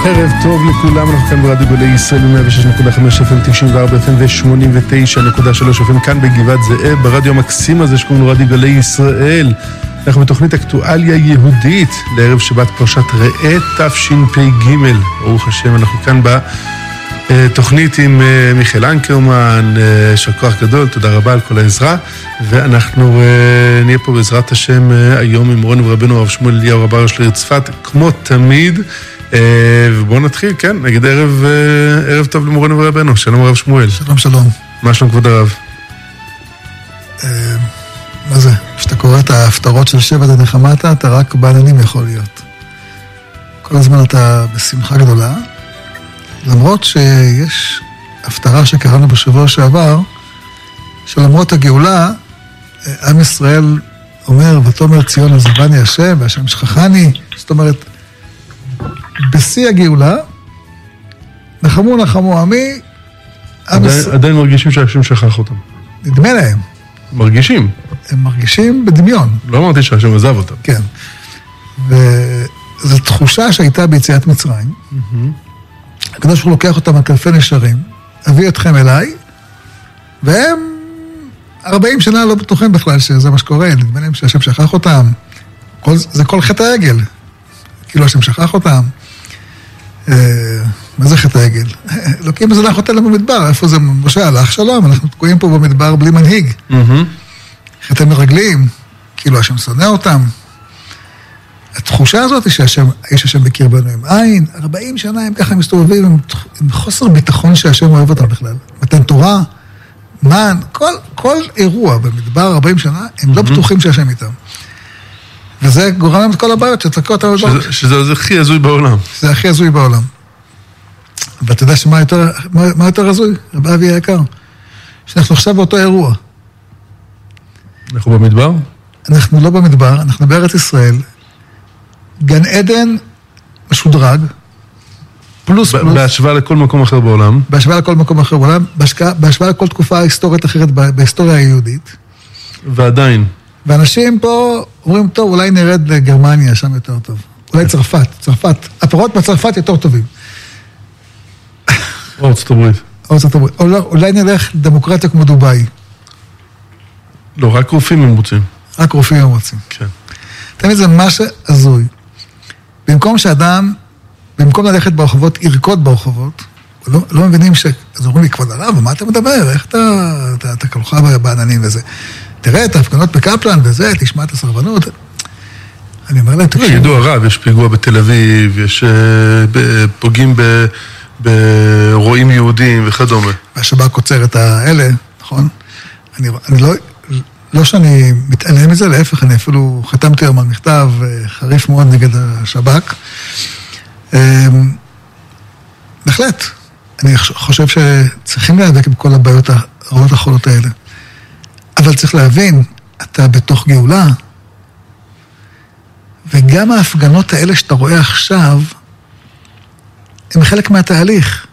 ערב טוב לכולם, אנחנו כאן ברדיו גלי ישראל ב-106.5 FM, 94 FM ו-89.3 FM כאן בגבעת זאב, ברדיו המקסים הזה שקוראים לו רדיו גלי ישראל. אנחנו בתוכנית אקטואליה יהודית לערב שבת פרשת ראה תשפ"ג. ברוך השם, אנחנו כאן בתוכנית עם מיכאל אנקרמן, יישר כוח גדול, תודה רבה על כל העזרה, ואנחנו נהיה פה בעזרת השם היום עם מורנו ורבנו הרב שמואל אליהו רב הראשי לעיר צפת, כמו תמיד. ובואו נתחיל, כן, נגיד ערב טוב למורנו ורבנו. שלום הרב שמואל. שלום, שלום. מה שלום כבוד הרב? מה זה? כשאתה קורא את ההפטרות של שבט הנחמתה, אתה רק בעננים יכול להיות. כל הזמן אתה בשמחה גדולה, למרות שיש הפטרה שקראנו בשבוע שעבר, שלמרות הגאולה, עם ישראל אומר, ותאמר ציון עזבני השם, והשם שכחני, זאת אומרת, בשיא הגאולה, נחמו עמי, עדיין מרגישים שהשם שכח אותם. נדמה להם. מרגישים. הם מרגישים בדמיון. לא אמרתי שהשם עזב אותם. כן. וזו תחושה שהייתה ביציאת מצרים. הקדוש ברוך הוא לוקח אותם על כנפי נשרים, הביא אתכם אליי, והם 40 שנה לא בטוחים בכלל שזה מה שקורה, נדמה להם שהשם שכח אותם. זה כל חטא העגל. כאילו השם שכח אותם. מה זה חטא העגל? לוקים זנח אותנו במדבר, איפה זה? משה הלך שלום, אנחנו תקועים פה במדבר בלי מנהיג. חטא מרגלים, כאילו השם שונא אותם. התחושה הזאת היא שיש השם בקרבנו עם עין, 40 שנה הם ככה מסתובבים עם חוסר ביטחון שהשם אוהב אותם בכלל. מתן תורה, מן, כל אירוע במדבר 40 שנה, הם לא בטוחים שהשם איתם. וזה גורם להם את כל הבעיות שתקעו אותם בדבר. שזה הכי הזוי בעולם. זה הכי הזוי בעולם. ואתה יודע שמה יותר הזוי? רב אבי היקר. שאנחנו עכשיו באותו אירוע. אנחנו במדבר? אנחנו לא במדבר, אנחנו בארץ ישראל. גן עדן משודרג, פלוס. בהשוואה לכל מקום אחר בעולם. בהשוואה לכל מקום אחר בעולם, בהשוואה לכל תקופה היסטורית אחרת בהיסטוריה היהודית. ועדיין. ואנשים פה אומרים, טוב, אולי נרד לגרמניה, שם יותר טוב. אולי צרפת. הפירות בצרפת יותר טובים. ארצות הברית. אולי נלך לדמוקרטיה כמו דובאי. לא, רק רופאים הם רוצים. רק רופאים הם רוצים. כן. תמיד זה משהו הזוי. במקום ללכת ברחובות, ירקוד ברחובות, לא מבינים אז אומרים לי, כבוד הרב, מה אתה מדבר? איך אתה כלוכה בעננים וזה? תראה את ההפגנות בקפלן וזה, תשמע את הסרבנות. אני אומר להם, תקשיב. ידוע רב, יש פיגוע בתל אביב, יש פוגעים ברועים יהודים וכדומה. והשב"כ עוצר את האלה, נכון? אני לא שאני מתעלם מזה, להפך, אני אפילו חתמתי היום על מכתב חריף מאוד נגד השב"כ. בהחלט, אני חושב שצריכים להיאבק עם כל הבעיות הרעות החולות האלה. אבל צריך להבין, אתה בתוך גאולה, וגם ההפגנות האלה שאתה רואה עכשיו, הם חלק מהתהליך.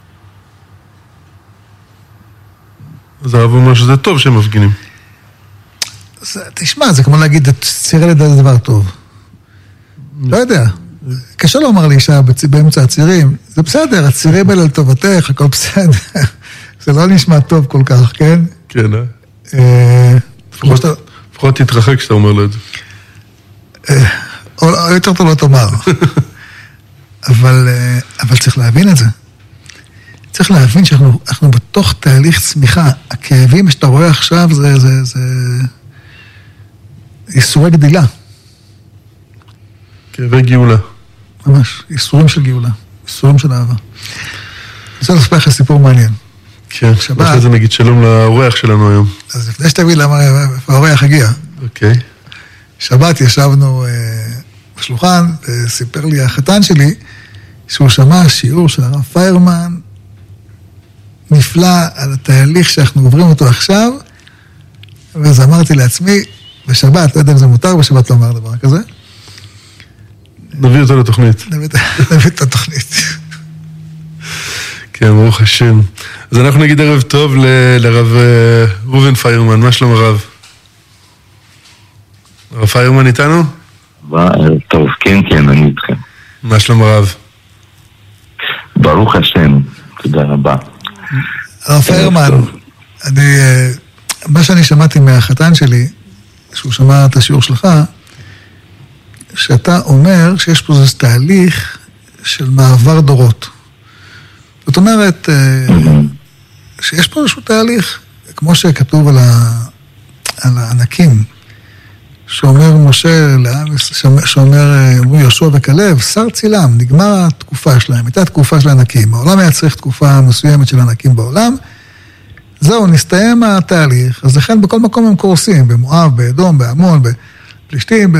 אז הרב אומר שזה טוב שהם מפגינים. תשמע, זה כמו להגיד, צירי לידה זה דבר טוב. לא יודע. קשה לומר לאישה באמצע הצירים, זה בסדר, הצירים האלה לטובתך, הכל בסדר. זה לא נשמע טוב כל כך, כן? כן, לפחות תתרחק כשאתה אומר לו את זה. או יותר טוב לא תאמר. אבל צריך להבין את זה. צריך להבין שאנחנו בתוך תהליך צמיחה. הכאבים שאתה רואה עכשיו זה איסורי גדילה. כאבי גאולה. ממש, איסורים של גאולה. איסורים של אהבה. אני רוצה לספר לך סיפור מעניין. כן, אחרי זה נגיד שלום לאורח שלנו היום. אז לפני שתבין למה האורח הגיע. אוקיי. שבת ישבנו בשולחן, וסיפר לי החתן שלי, שהוא שמע שיעור של הרב פיירמן, נפלא על התהליך שאנחנו עוברים אותו עכשיו, ואז אמרתי לעצמי, בשבת, לא יודע אם זה מותר, בשבת לא אמר דבר כזה. נביא אותו לתוכנית. נביא את התוכנית. כן, ברוך השם. אז אנחנו נגיד ערב טוב לרב ראובן פיירמן. מה שלום הרב? הרב פיירמן איתנו? טוב, כן, אני איתכם. מה שלום הרב? ברוך השם, תודה רבה. הרב פיירמן, מה שאני שמעתי מהחתן שלי, שהוא שמע את השיעור שלך, שאתה אומר שיש פה איזה תהליך של מעבר דורות. זאת אומרת, שיש פה איזשהו תהליך, כמו שכתוב על הענקים, שאומר משה, שאומר יהושע וכלב, שר צילם, נגמר התקופה שלהם, הייתה תקופה של הענקים. העולם היה צריך תקופה מסוימת של הענקים בעולם, זהו, נסתיים התהליך, אז לכן בכל מקום הם קורסים, במואב, באדום, בעמון, בפלישתים,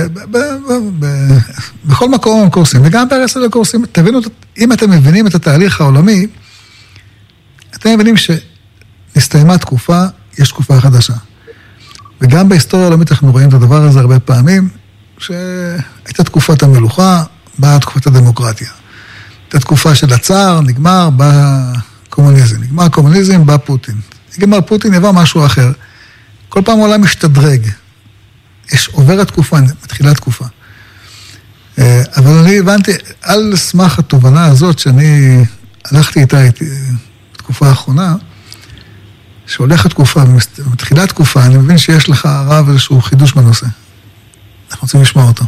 בכל מקום הם קורסים, וגם בארץ הם קורסים. תבינו, אם אתם מבינים את התהליך העולמי, אתם מבינים שנסתיימה תקופה, יש תקופה חדשה. וגם בהיסטוריה העולמית אנחנו רואים את הדבר הזה הרבה פעמים, שהייתה תקופת המלוכה, באה תקופת הדמוקרטיה. הייתה תקופה של הצער, נגמר, בא קומוניזם. נגמר קומוניזם, בא פוטין. נגמר פוטין, יבוא משהו אחר. כל פעם העולם משתדרג. עוברת תקופה, מתחילה תקופה. אבל אני הבנתי, על סמך התובנה הזאת, שאני הלכתי איתה בתקופה האחרונה, שהולכת תקופה, מתחילה תקופה, אני מבין שיש לך הרב איזשהו חידוש בנושא. אנחנו רוצים לשמוע אותו.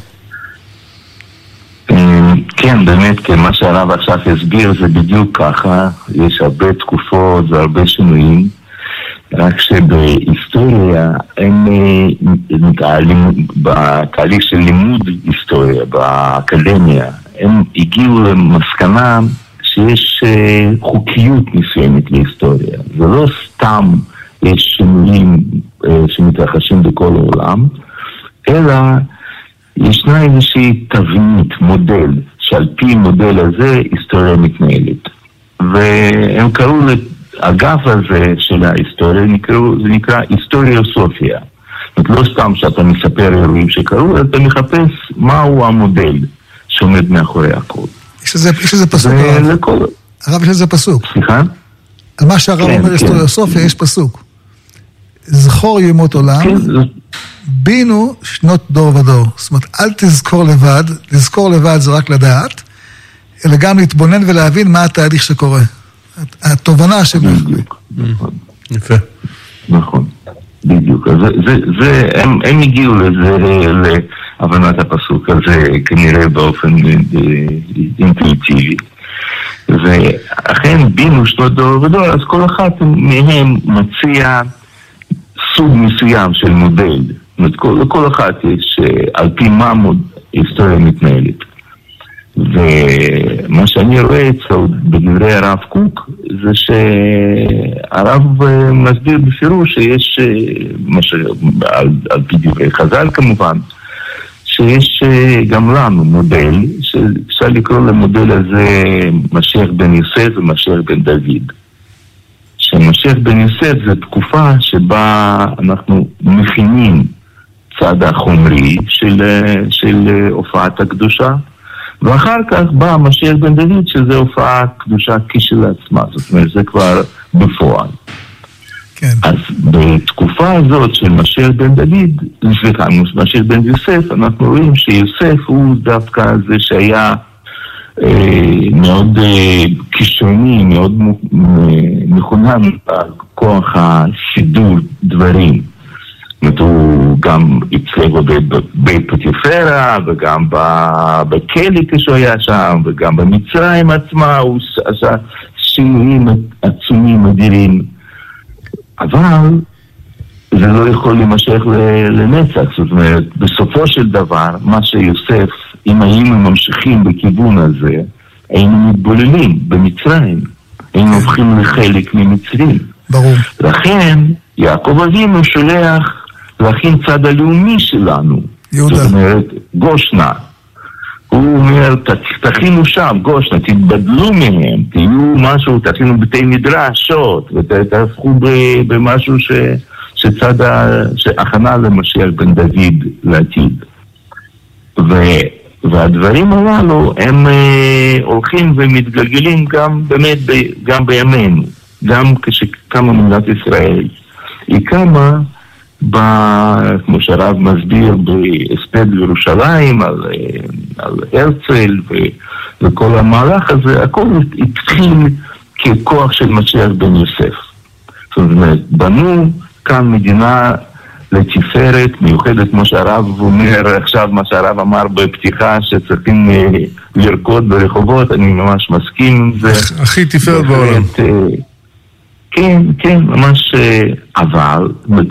כן, באמת, כן, מה שהרב עכשיו הסביר זה בדיוק ככה, יש הרבה תקופות והרבה שינויים, רק שבהיסטוריה הם בתהליך של לימוד היסטוריה, באקדמיה, הם הגיעו למסקנה שיש חוקיות מסוימת להיסטוריה. זה לא סתם יש שינויים שמתרחשים בכל העולם, אלא ישנה איזושהי תבנית, מודל, שעל פי מודל הזה היסטוריה מתנהלת. והם קראו לאגף הזה של ההיסטוריה, זה נקרא היסטוריוסופיה. זאת אומרת, לא סתם שאתה מספר אירועים שקרו, אתה מחפש מהו המודל שעומד מאחורי הכל. יש איזה פסוק, הרב, יש איזה פסוק. סליחה? על מה שהרב אומר היסטוריוסופיה, יש פסוק. זכור ימות עולם, בינו שנות דור ודור. זאת אומרת, אל תזכור לבד, לזכור לבד זה רק לדעת, אלא גם להתבונן ולהבין מה התהליך שקורה. התובנה בדיוק, נכון. יפה. נכון, בדיוק. הם הגיעו לזה, להבנת הפסוק הזה, כנראה באופן אינטואיטיבי. ואכן בינו שנות דור ודור, אז כל אחת מהם מציע סוג מסוים של מודל. לכל אחת יש על פי מה היסטוריה מתנהלת. ומה שאני רואה בדברי הרב קוק זה שהרב מסביר בפירוש שיש, על פי דברי חז"ל כמובן, שיש גם לנו מודל, שאפשר לקרוא למודל הזה משיח בן יוסף ומשיח בן דוד. שמשיח בן יוסף זה תקופה שבה אנחנו מכינים צד החומרי של הופעת הקדושה, ואחר כך בא משיח בן דוד שזה הופעה קדושה כשלעצמה, זאת אומרת זה כבר בפועל. כן. אז בתקופה הזאת של משיח בן דוד, משיח בן יוסף, אנחנו רואים שיוסף הוא דווקא זה שהיה מאוד כישרוני, מאוד מכונן בכוח הסידור דברים. זאת אומרת, הוא גם הצליח בבית פוטיפרה, וגם בכלא כשהוא היה שם, וגם במצרים עצמה, הוא עשה שינויים עצומים אדירים. אבל זה לא יכול להימשך לנצח. זאת אומרת, בסופו של דבר, מה שיוסף, אם היינו ממשיכים בכיוון הזה, היינו מתבוללים במצרים. היינו הופכים לחלק ממצרים. ברור. לכן, יעקב אבינו שולח להכין צד הלאומי שלנו. יהודה. זאת אומרת, גושנה. הוא אומר, תכינו שם, גושנה, תתבדלו מהם, תהיו משהו, תכינו בתי מדרשות, ותהפכו במשהו שהכנה למשיח בן דוד לעתיד. והדברים הללו הם הולכים ומתגלגלים גם באמת, גם בימינו. גם כשקמה מדינת ישראל, היא קמה כמו שהרב מסביר בהספד בירושלים על הרצל וכל המהלך הזה, הכל התחיל ככוח של משיח בן יוסף. זאת אומרת, בנו כאן מדינה לתפארת מיוחדת, כמו שהרב אומר עכשיו, מה שהרב אמר בפתיחה, שצריכים לרקוד ברחובות, אני ממש מסכים עם זה. הכי תפארת בעולם. כן, ממש, אבל,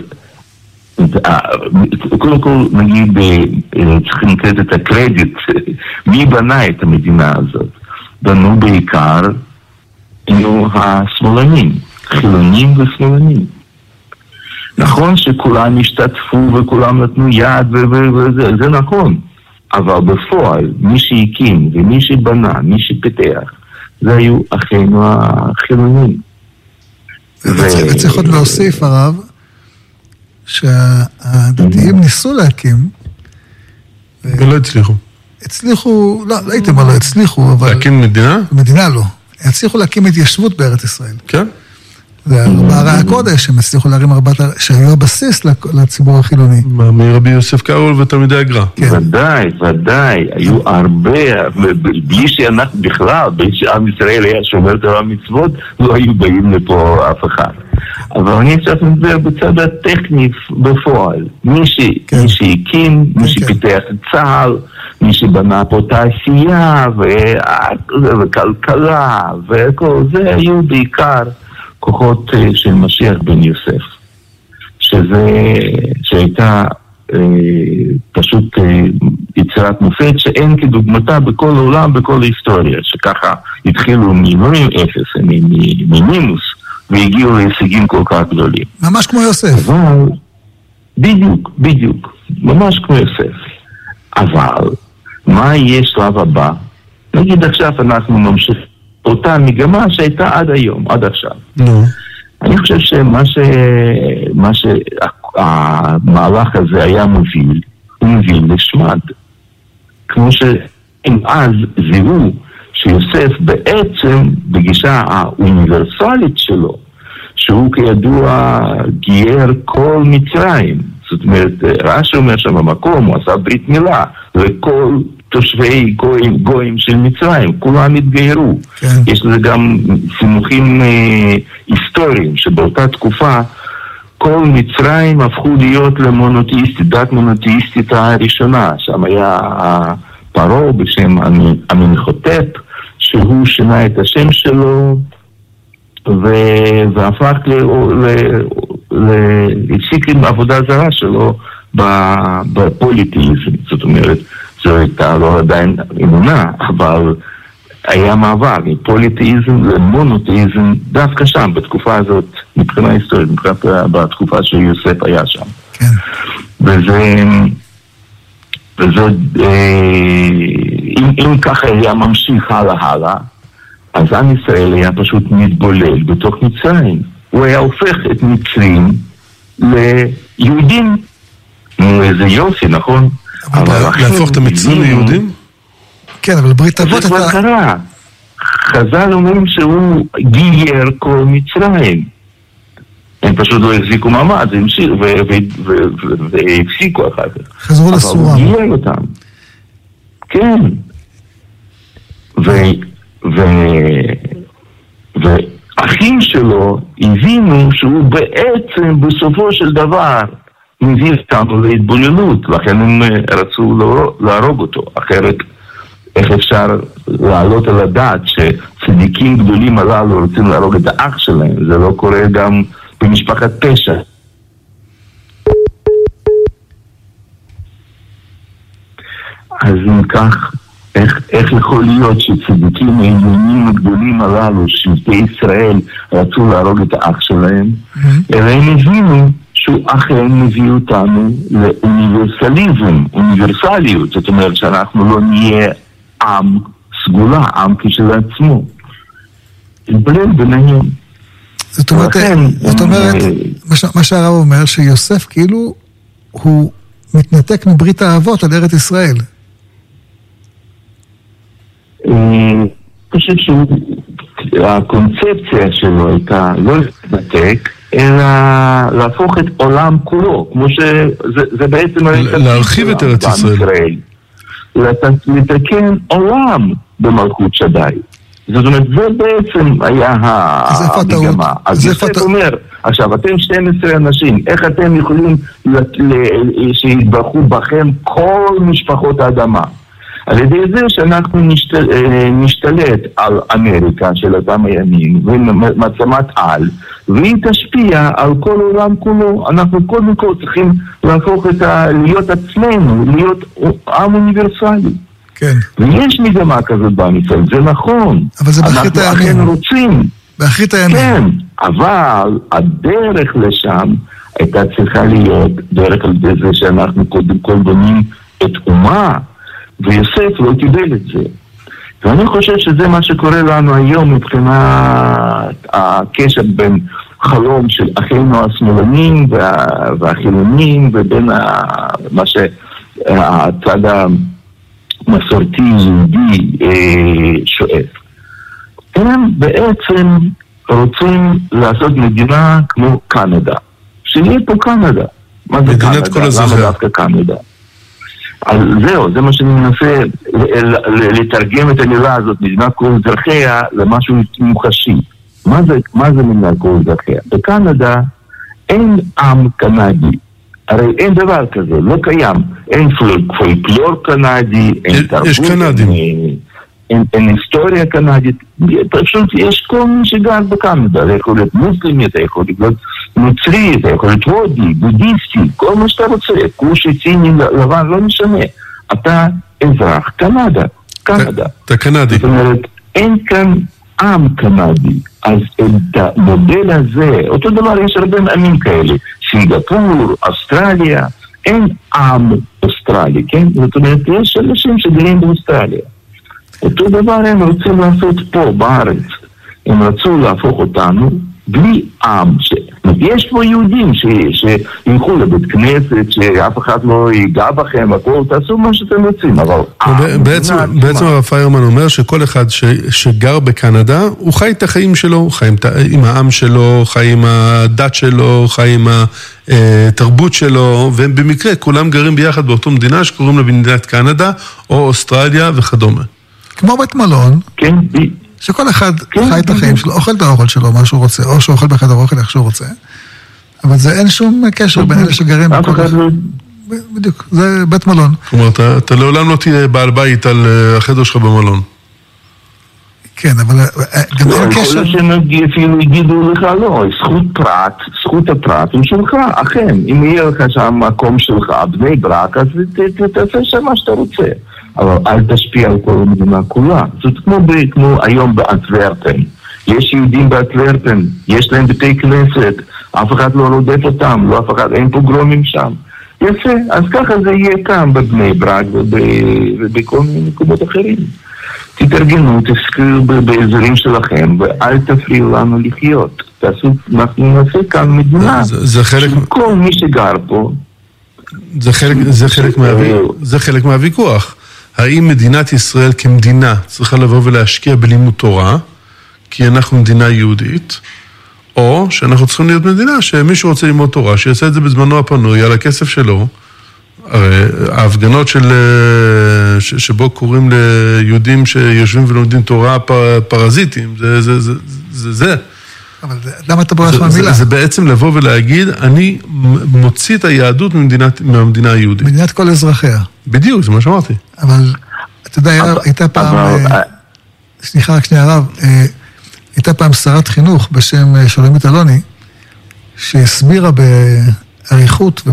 קודם כל נגיד, צריכים לתת את הקרדיט, מי בנה את המדינה הזאת? בנו בעיקר, היו השמאלנים, חילונים ושמאלנים. נכון שכולם השתתפו וכולם נתנו יד וזה נכון, אבל בפועל מי שהקים ומי שבנה, מי שפיתח, זה היו אחינו החילונים. וצריך עוד להוסיף הרב, שהדתיים ניסו להקים, ולא הצליחו. הצליחו, לא הייתי אומר לא הצליחו, אבל... להקים מדינה? מדינה לא. הצליחו להקים התיישבות בארץ ישראל. כן? זה ארבעה הקודש, הם הצליחו להרים ארבעת, שהיו הבסיס לציבור החילוני. מרבי יוסף קאול ותלמידי הגר"א. ודאי, היו הרבה, בלי שאנחנו בכלל, בלי שעם ישראל היה שומר תורה מצוות, לא היו באים לפה אף אחד. אבל אני עכשיו מדבר בצד הטכני בפועל. מי שהקים, מי שפיתח את צה"ל, מי שבנה פה תעשייה וכלכלה וכל זה, היו בעיקר כוחות של משיח בן יוסף, שהייתה פשוט יצירת מופת שאין כדוגמתה בכל העולם, בכל ההיסטוריה, שככה התחילו ממורים אפס, ממינוס, והגיעו להישגים כל כך גדולים. ממש כמו יוסף. אבל, בדיוק, ממש כמו יוסף. אבל, מה יהיה שלב הבא? נגיד עכשיו אנחנו ממשיכים אותה מגמה שהייתה עד היום, עד עכשיו. אני חושב שמה שהמהלך הזה היה מוביל, הוא מוביל לשמד. כמו שהם אז זיהו שיוסף בעצם בגישה האוניברסלית שלו, שהוא כידוע גייר כל מצרים. זאת אומרת, רש"י אומר שם במקום, הוא עשה ברית מילה לכל תושבי גויים של מצרים, כולם התגיירו. כן. יש לזה גם סימוכים היסטוריים, שבאותה תקופה כל מצרים הפכו להיות למונותאיסטית, דת מונותאיסטית הראשונה. שם היה פרעה בשם אמנחותפ, שהוא שינה את השם שלו, והפך להפסיק עם עבודה זרה שלו בפוליטיזם. זאת אומרת, זו הייתה לא עדיין אמונה, אבל היה מעבר מפוליטיזם למונותאיזם דווקא שם, בתקופה הזאת, מבחינה היסטורית, בתקופה שיוסף היה שם. כן. וזה אם ככה היה ממשיך הלאה, אז עם ישראל היה פשוט מתבולל בתוך מצרים. הוא היה הופך את מצרים ליהודים. איזה יופי, נכון? להפוך את המצרים ליהודים? כן, אבל ברית אבות... זה כבר קרה. חז"ל אומרים שהוא גייר כל מצרים. הם פשוט לא החזיקו מעמד, הם המשיכו והפסיקו אחר כך. חזרו לסורם. אבל הוא גייר אותם. כן. ואחים שלו הבינו שהוא בעצם בסופו של דבר מביא אותנו להתבוללות, לכן הם רצו להרוג אותו. אחרת איך אפשר לעלות על הדעת שצדיקים גדולים הללו רוצים להרוג את האח שלהם? זה לא קורה גם במשפחת פשע. אז אם כך, איך יכול להיות שצדיקים העליונים הגדולים הללו, שבטי ישראל, רצו להרוג את האח שלהם? אלא הם הבינו שהוא אכן מביא אותנו לאוניברסליזם, אוניברסליות. זאת אומרת שאנחנו לא נהיה עם סגולה, עם כשלעצמו. התבלל ביניהם. זאת אומרת, מה שהרב אומר, שיוסף כאילו הוא מתנתק מברית האבות על ארץ ישראל. אני חושב שהקונספציה שלו הייתה לא להתנתק, אלא להפוך את עולם כולו, כמו שזה בעצם... להרחיב את ארץ ישראל. לתקן עולם במלכות שדי. זאת אומרת, זה בעצם היה המגמה. אז יוסף אומר, עכשיו, אתם 12 אנשים, איך אתם יכולים שיתברכו בכם כל משפחות האדמה? על ידי זה שאנחנו נשתלט על אמריקה של אותם הימים, ומעצמת על, והיא תשפיע על כל העולם כולו. אנחנו קודם כל צריכים להפוך להיות עצמנו, להיות עם אוניברסלי. כן. ויש מגמה כזאת בעם ישראל, זה נכון. אבל זה באחרית הימים. אנחנו אכן רוצים. באחרית הימים. כן, אבל הדרך לשם הייתה צריכה להיות דרך על זה שאנחנו קודם כל בונים את אומה, ויוסף לא קיבל את זה. ואני חושב שזה מה שקורה לנו היום מבחינת הקשר בין חלום של אחינו השמאלנים והחילונים, ובין מה שהצד המסורתי יהודי שואף. הם בעצם רוצים לעשות מדינה כמו קנדה. שיהיה פה קנדה. מה זה קנדה? למה דווקא קנדה? אז זהו, זה מה שאני מנסה לתרגם את המילה הזאת, מדינת כל אזרחיה, למשהו מוחשי. מה זה מדינת כל אזרחיה? בקנדה אין עם קנדי. הרי אין דבר כזה, לא קיים. אין פולקלור קנדי, אין תרבות, יש קנדים. אין היסטוריה קנדית. פשוט יש כל מי שגר בקנדה. זה יכול להיות מוסלמי, זה יכול להיות נוצרי, זה יכול להיות הודי, בודיסטי, כל מה שאתה רוצה, כושי, ציני, לבן, לא משנה. אתה אזרח קנדה. אתה קנדי. זאת אומרת, אין כאן עם קנדי. אז את המודל הזה, אותו דבר יש הרבה עמים כאלה. סינגפור, אוסטרליה, אין עם אוסטרלי, כן? זאת אומרת, יש אנשים שגרים באוסטרליה. אותו דבר הם רוצים לעשות פה, בארץ. הם רצו להפוך אותנו בלי עם. יש פה יהודים שילכו לבית כנסת, שאף אחד לא ייגע בכם, הכל, תעשו מה שאתם רוצים, אבל... בעצם הרב פיירמן אומר שכל אחד שגר בקנדה, הוא חי את החיים שלו, הוא חי עם העם שלו, חי עם הדת שלו, חי עם התרבות שלו, והם במקרה כולם גרים ביחד באותו מדינה שקוראים לה מדינת קנדה, או אוסטרליה וכדומה. כמו בית מלון, כן, שכל אחד חי את החיים שלו, אוכל את האוכל שלו, מה שהוא רוצה, או שאוכל בחדר אוכל איך שהוא רוצה. אבל זה אין שום קשר בין אלה שגרים בכל אחד. בדיוק, זה בית מלון. כלומר, אתה לעולם לא תהיה בעל בית על החדר שלך במלון. כן, אבל גם אין קשר. יכול להיות שהם יגידו לך, לא, זכות הפרט היא שלך, אכן. אם יהיה לך שם מקום שלך, בני ברק, אז תעשה שם מה שאתה רוצה. אבל אל תשפיע על כל המדינה כולה. זאת כמו היום באנטוורפן. יש יהודים באנטוורפן, יש להם בתי כנסת, אף אחד לא רודף אותם, לא אף אחד, אין פוגרומים שם. יפה, אז ככה זה יהיה כאן בבני ברק ובכל מיני מקומות אחרים. תתארגנו, תסקרו באזורים שלכם, ואל תפריעו לנו לחיות. אנחנו נעשה כאן מדינה. כל מי שגר פה... זה חלק מהוויכוח. האם מדינת ישראל כמדינה צריכה לבוא ולהשקיע בלימוד תורה, כי אנחנו מדינה יהודית, או שאנחנו צריכים להיות מדינה שמישהו רוצה ללמוד תורה, שיעשה את זה בזמנו הפנוי, על הכסף שלו. הרי ההפגנות שבו קוראים ליהודים שיושבים ולומדים תורה פרזיטים, זה. אבל למה אתה בורח מהמילה? זה בעצם לבוא ולהגיד, אני מוציא את היהדות מהמדינה היהודית. מדינת כל אזרחיה. בדיוק, זה מה שאמרתי. אבל, אתה יודע, הייתה פעם, סליחה רק שנייה הרב, הייתה פעם שרת חינוך בשם שולמית אלוני, שהסבירה בעריכות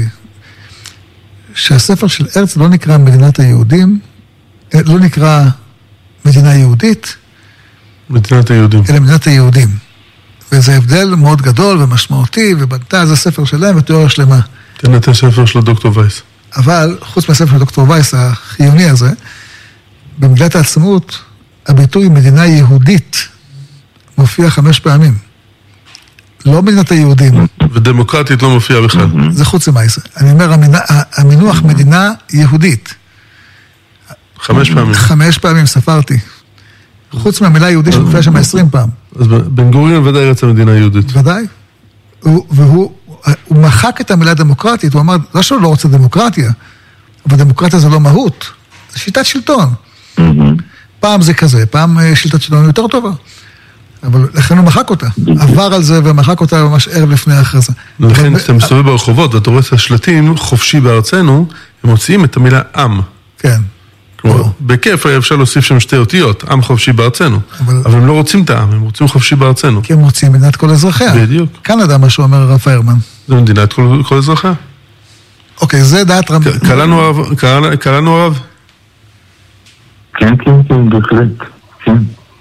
שהספר של הרצל לא נקרא מדינת היהודים, לא נקרא מדינה יהודית, מדינת היהודים. אלא מדינת היהודים. וזה הבדל מאוד גדול ומשמעותי, ובנתה זה ספר שלהם ותיאוריה שלמה. תן את הספר של דוקטור וייס. אבל, חוץ מהספר של דוקטור וייס החיוני הזה, במגילת העצמאות, הביטוי מדינה יהודית מופיע 5 פעמים. לא מדינת היהודים. ודמוקרטית לא מופיע בכלל. זה חוץ מייס. אני אומר, המינוח מדינה יהודית. 5 פעמים. 5 פעמים ספרתי. חוץ מהמילה יהודית שמופיע שם 20 פעם. אז בן גוריון ודאי רצה מדינה יהודית. ודאי. והוא מחק את המילה דמוקרטית, הוא אמר, לא שהוא לא רוצה דמוקרטיה, אבל דמוקרטיה זה לא מהות, זה שיטת שלטון. פעם זה כזה, פעם שיטת שלטון יותר טובה. אבל לכן הוא מחק אותה, עבר על זה ומחק אותה ממש ערב לפני אחרי זה. ולכן אתה מסתובב ברחובות ואתה רואה את השלטים חופשי בארצנו, הם מוציאים את המילה עם. כן. בכיף אפשר להוסיף שם שתי אותיות, עם חופשי בארצנו. אבל הם לא רוצים את העם, הם רוצים חופשי בארצנו. כי הם רוצים מדינת כל אזרחיה. בדיוק. קנדה, מה שהוא אומר הרב פיירמן. זה מדינת כל אזרחיה. אוקיי, זה דעת רב. קראנו הרב? כן, בהחלט, כן.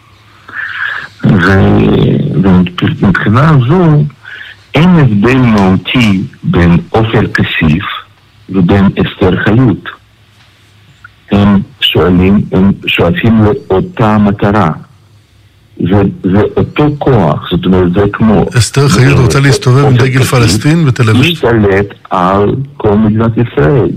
ומבחינה הזו, אין הבדל מהותי בין עופר כסיף ובין אסתר חיות. הם שואפים לאותה מטרה. זה אותו כוח, זאת אומרת, זה כמו... אסתר חיות רוצה להסתובב עם דגל פלסטין בתל אביב? להשתלט על כל מדינת ישראל.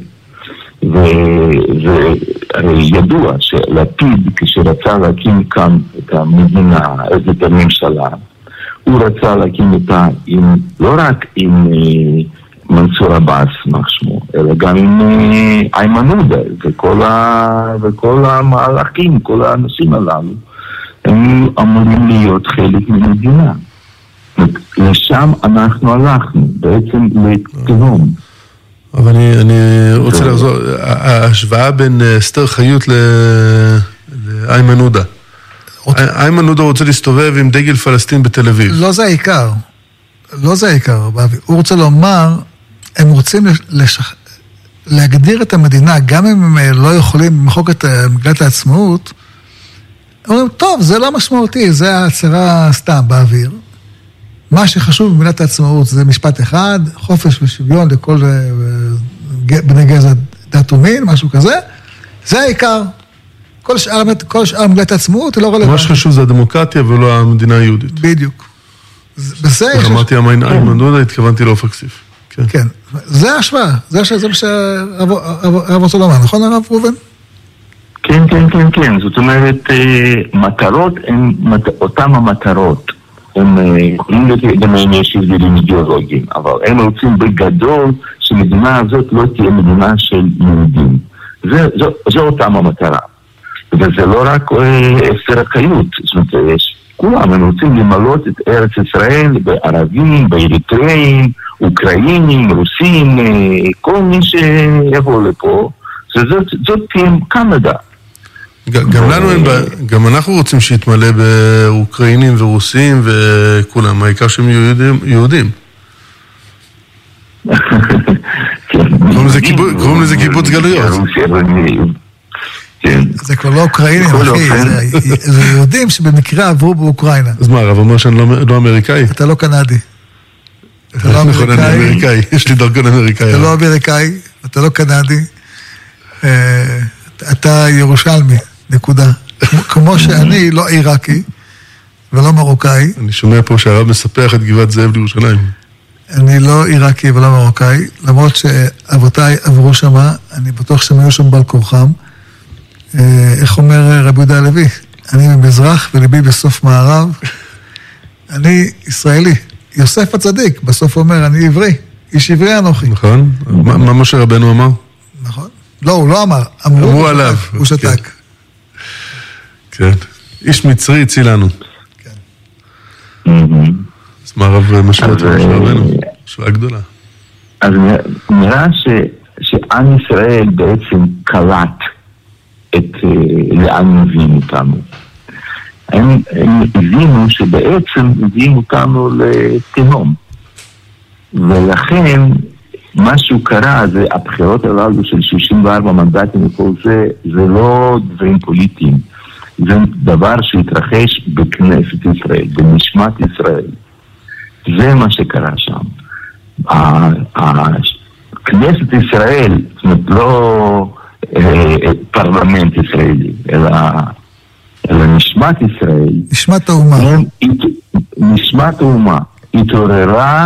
וידוע שלפיד, כשרצה להקים כאן את המדינה, את הממשלה, הוא רצה להקים אותה לא רק עם מנסור עבאס, מה שמו, אלא גם עם איימן עודה, וכל המהלכים, כל האנשים הללו, הם אמורים להיות חלק ממדינה. לשם אנחנו הלכנו, בעצם לתהום. אבל אני רוצה לחזור, ההשוואה בין אסתר חיות לאיימן עודה. איימן עודה רוצה להסתובב עם דגל פלסטין בתל אביב. לא זה העיקר. לא זה העיקר. הוא רוצה לומר, הם רוצים להגדיר את המדינה, גם אם הם לא יכולים למחוק את מגילת העצמאות, הם אומרים, טוב, זה לא משמעותי, זה ההצהרה סתם באוויר. מה שחשוב במגילת העצמאות זה משפט אחד, חופש ושוויון לכל בני גזע דת ומין, משהו כזה, זה העיקר. כל שאר מגילת העצמאות היא לא רלוונטית. מה שחשוב זה הדמוקרטיה ולא המדינה היהודית. בדיוק. אמרתי איימן עודה, התכוונתי לעופר כסיף. כן, זה ההשוואה, זה מה שהרב רוצה לומר, נכון הרב ראובן? כן, זאת אומרת, מטרות הן אותם המטרות. הם יכולים להיות גם אם יש הבדלים אידיאולוגיים, אבל הם רוצים בגדול שמדינה הזאת לא תהיה מדינה של יהודים. זו אותם המטרה. וזה לא רק אסתר חיות, זאת אומרת, יש כולם, הם רוצים למלות את ארץ ישראל בערבים, באריתראים, אוקראינים, רוסים, כל מי שיבוא לפה, זאת תהיה קנדה. גם אנחנו רוצים שיתמלא באוקראינים ורוסים וכולם, העיקר שהם יהודים. קוראים לזה קיבוץ גלויות. זה כבר לא אוקראינים, אחי, זה יהודים שבמקרה עברו באוקראינה. אז מה, הרב אומר שאני לא אמריקאי? אתה לא קנדי. אתה לא אמריקאי, יש לי דרכון אמריקאי. אתה לא אמריקאי, אתה לא קנדי, אתה ירושלמי. נקודה. כמו שאני לא עיראקי ולא מרוקאי. אני שומע פה שהרב מספח את גבעת זאב לירושלים. אני לא עיראקי ולא מרוקאי, למרות שאבותיי עברו שמה, אני בטוח שהם היו שם בעל כורחם. איך אומר רבי יהודה הלוי? אני ממזרח וליבי בסוף מערב. אני ישראלי. יוסף הצדיק, בסוף אומר, אני עברי. איש עברי אנוכי. נכון. מה משה רבנו אמר? נכון. לא, הוא לא אמר. אמרו עליו. הוא שתק. כן. איש מצרי הציל לנו. כן. אז מה הרב משמעות רבנו? שוואה גדולה. אז נראה שעם ישראל בעצם קלט לאן מביאים אותנו. הם הבינו שבעצם מביאים אותנו לתהום. ולכן מה שהוא קרה, זה הבחירות הללו של 64 מנדטים וכל זה, זה לא דברים פוליטיים. זה דבר שהתרחש בכנסת ישראל, בנשמת ישראל. זה מה שקרה שם. כנסת ישראל, זאת אומרת, לא פרלמנט ישראלי, אלא נשמת ישראל. נשמת האומה. נשמת האומה. התעוררה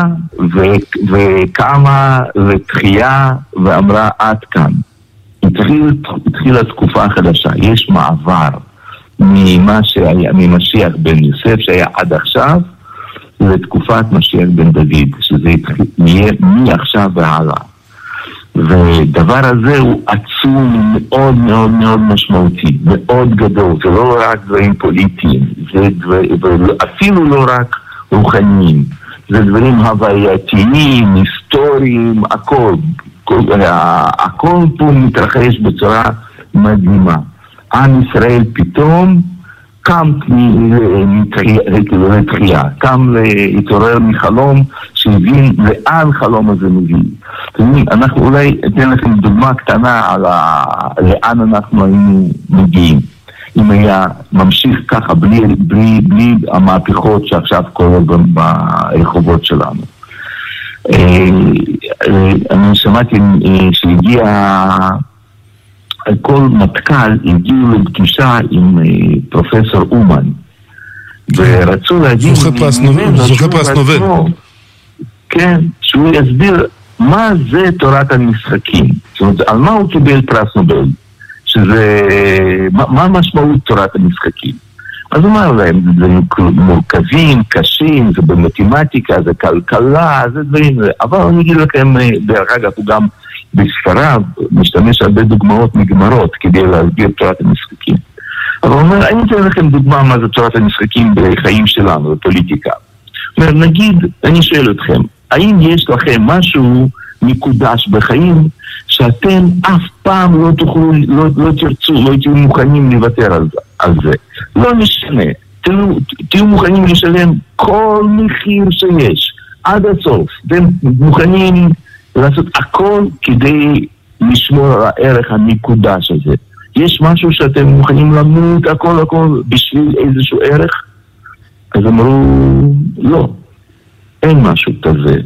וקמה לתחייה ואמרה עד כאן. התחילה תקופה חדשה, יש מעבר ממשיח בן יוסף שהיה עד עכשיו לתקופת משיח בן דוד, שזה יהיה מעכשיו והלאה. ודבר הזה הוא עצום מאוד מאוד מאוד משמעותי, מאוד גדול. זה לא רק דברים פוליטיים, אפילו לא רק רוחניים. זה דברים הווייתיים, היסטוריים, הכל. הכל פה מתרחש בצורה מדהימה. עם ישראל פתאום קם לתחייה, קם להתעורר מחלום שהבין לאן חלום הזה מביא. אנחנו אולי אתן לכם דוגמה קטנה על לאן אנחנו היינו מגיעים. אם היה ממשיך ככה בלי המהפכות שעכשיו קורות ברחובות שלנו. אני שמעתי שהגיע כל מטכ"ל הגיעו לפגישה עם פרופסור אומן ורצו להגיד זוכה פרס נובל כן, שהוא יסביר מה זה תורת המשחקים, זאת אומרת, על מה הוא קיבל פרס נובל, שזה מה משמעות תורת המשחקים. אז הוא אמר להם, זה מורכבים, קשים, זה במתמטיקה, זה כלכלה, זה דברים, אבל אני אגיד לכם, דרך אגב, הוא גם בספריו משתמש הרבה דוגמאות מגמרות כדי להסביר תורת המשחקים. אבל הוא אומר, אני אתן לכם דוגמה מה זה תורת המשחקים בחיים שלנו, בפוליטיקה. הוא אומר, נגיד, אני שואל אתכם, האם יש לכם משהו מקודש בחיים שאתם אף פעם לא תוכלו, לא תרצו, לא תהיו מוכנים לוותר על זה? לא משנה, תהיו מוכנים לשלם כל מחיר שיש, עד הסוף. אתם מוכנים לעשות הכל כדי לשמור על הערך המקודש הזה. יש משהו שאתם מוכנים למות הכל בשביל איזשהו ערך? אז אמרו, לא, אין משהו כזה.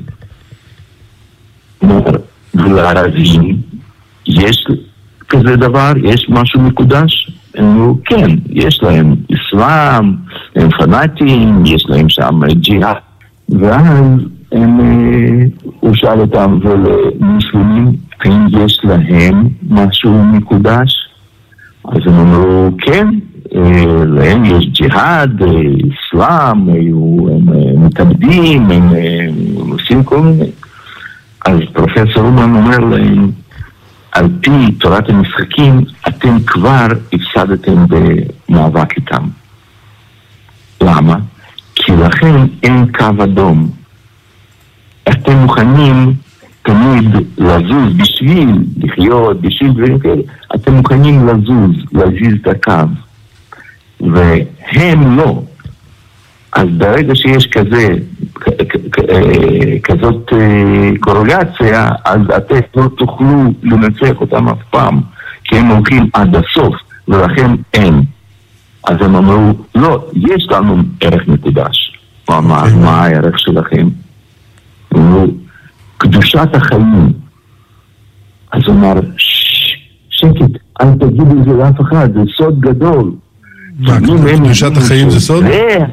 ולערבים יש כזה דבר, יש משהו מקודש? אמרו, כן, יש להם אסלאם, הם פנאטים, יש להם שם ג'יהאד. ואז הוא שאל אותם, ולמוסלמים, האם יש להם משהו מקודש? אז הם אמרו, כן, להם יש ג'יהאד, אסלאם, הם מתאבדים, הם עושים כל מיני. אז פרופסור אומן אומר להם, על פי תורת המשחקים, אתם כבר הפסדתם במאבק איתם. למה? כי לכם אין קו אדום. אתם מוכנים תמיד לזוז בשביל לחיות, בשביל דברים כאלה. אתם מוכנים לזוז, להזיז את הקו. והם לא. אז ברגע שיש כזאת קורולציה, אז אתם לא תוכלו לנצח אותם אף פעם, כי הם הולכים עד הסוף, ולכן אין. אז הם אמרו, לא, יש לנו ערך מקודש. מה הערך שלכם? הם אמרו, קדושת החיים. אז הוא אמר, שקט, אל תגידו את זה לאף אחד, זה סוד גדול. קדושת החיים זה סוד?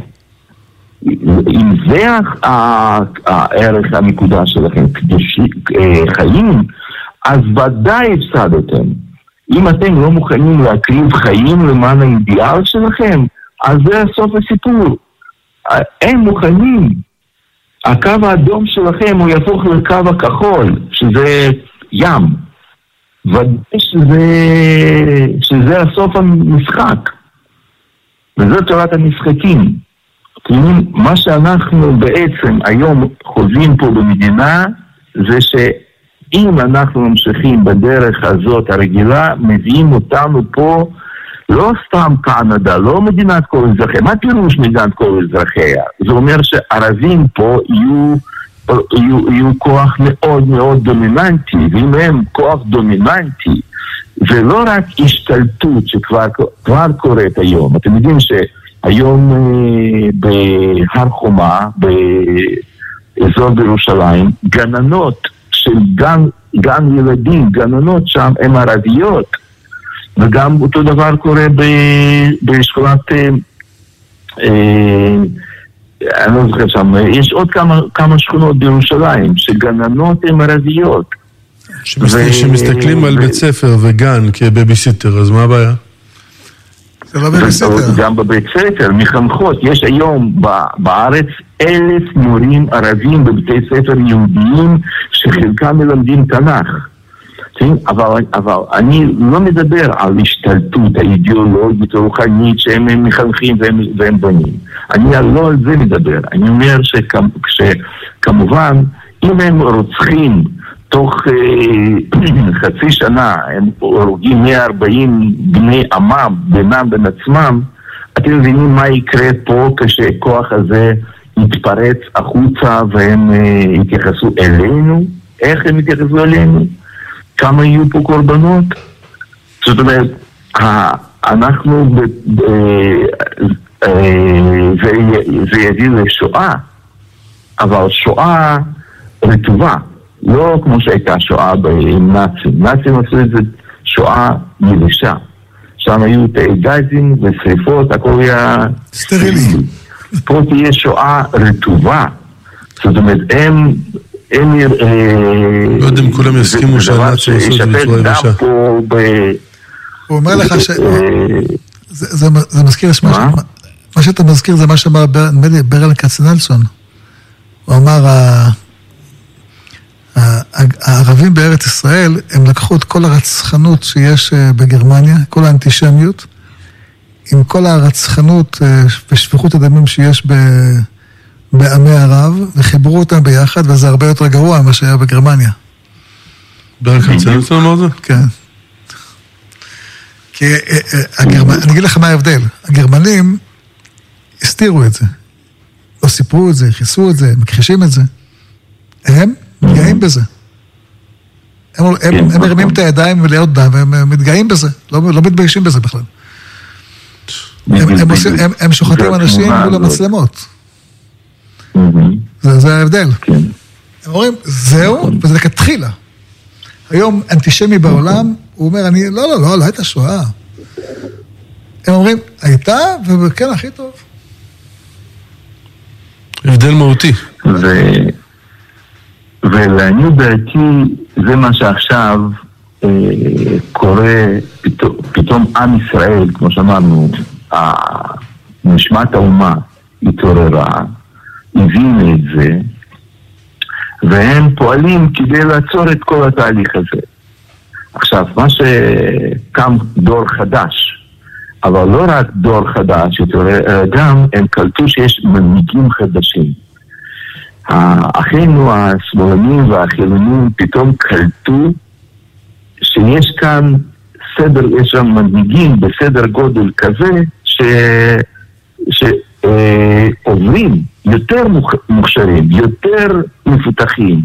אם זה הערך המקודש שלכם, חיים, אז ודאי הפסדתם. אם אתם לא מוכנים להקריב חיים למען האידיאל שלכם, אז זה סוף הסיפור. הם מוכנים. הקו האדום שלכם הוא יהפוך לקו הכחול, שזה ים. ודאי שזה הסוף המשחק. וזו תורת המשחקים. מה שאנחנו בעצם היום חוזים פה במדינה, זה שאם אנחנו ממשיכים בדרך הזאת הרגילה, מביאים אותנו פה לא סתם קנדה, לא מדינת כל אזרחיה. מה פירוש מדינת כל אזרחיה? זה אומר שערבים פה יהיו כוח מאוד מאוד דומיננטי, ואם הם כוח דומיננטי, ולא רק השתלטות שכבר קורית היום. אתם יודעים שהיום בהר חומה, באזור בירושלים, גננות של גן ילדים, גננות שם הן ערביות, וגם אותו דבר קורה בשכונת, אני לא זוכר שם, יש עוד כמה שכונות בירושלים, שגננות הן ערביות. שמסתכלים על בית ספר וגן כבייביסיטר, אז מה הבעיה? זה לא בייביסיטר. גם בבית ספר, מחנכות, יש היום בארץ 1,000 מורים ערבים בבתי ספר יהודיים שחלקם מלמדים תנ"ך. אבל אני לא מדבר על השתלטות האידיאולוגית הרוחנית שהם מחנכים והם בונים. אני לא על זה מדבר. אני אומר שכמובן אם הם רוצחים תוך חצי שנה, הם הורגים 140 בני עמם בינם בין עצמם, אתם מבינים מה יקרה פה כשהכוח הזה יתפרץ החוצה והם יתייחסו אלינו? איך הם יתייחסו אלינו? כמה יהיו פה קורבנות? זאת אומרת, אנחנו, זה יביא לשואה, אבל שואה רטובה, לא כמו שהייתה שואה בנאצים. נאצים עשו את זה שואה יבשה. שם היו תאי גזים ושריפות, הכל היה סטרילי. פה תהיה שואה רטובה. זאת אומרת, הם לא יודע אם כולם יסכימו שהנאצים עשו את זה בצורה יבשה. הוא אומר לך זה מזכיר מה שאתה מזכיר זה מה שאמר ברל כצנלסון. הוא אמר הערבים בארץ ישראל הם לקחו את כל הרצחנות שיש בגרמניה, כל האנטישמיות, עם כל הרצחנות ושפיכות הדמים שיש בעמי ערב, וחיברו אותם ביחד, וזה הרבה יותר גרוע ממה שהיה בגרמניה. ברל כצנלסון אמר זה? כן. כי אני אגיד לך מה ההבדל. הגרמנים הסתירו את זה. לא סיפרו את זה, חיסו את זה, מכחישים את זה. הם מתגאים בזה. הם מרימים את הידיים מלאות דם, והם מתגאים בזה. לא מתביישים בזה בכלל. הם שוחטים אנשים מול המצלמות. זה ההבדל. הם אומרים, זהו, וזה כתחילה. היום אנטישמי בעולם, הוא אומר, לא הייתה שואה. הם אומרים, הייתה, וכן, הכי טוב. הבדל מהותי. ולעניות דעתי, זה מה שעכשיו קורה, פתאום עם ישראל, כמו שאמרנו, נשמת האומה התעוררה, הבינו את זה, והם פועלים כדי לעצור את כל התהליך הזה. עכשיו, מה שקם דור חדש, אבל לא רק דור חדש, גם הם קלטו שיש מנהיגים חדשים. אחינו השמאלנים והחילונים פתאום קלטו שיש כאן סדר, יש שם מנהיגים בסדר גודל כזה שעוברים יותר מוכשרים, יותר מפותחים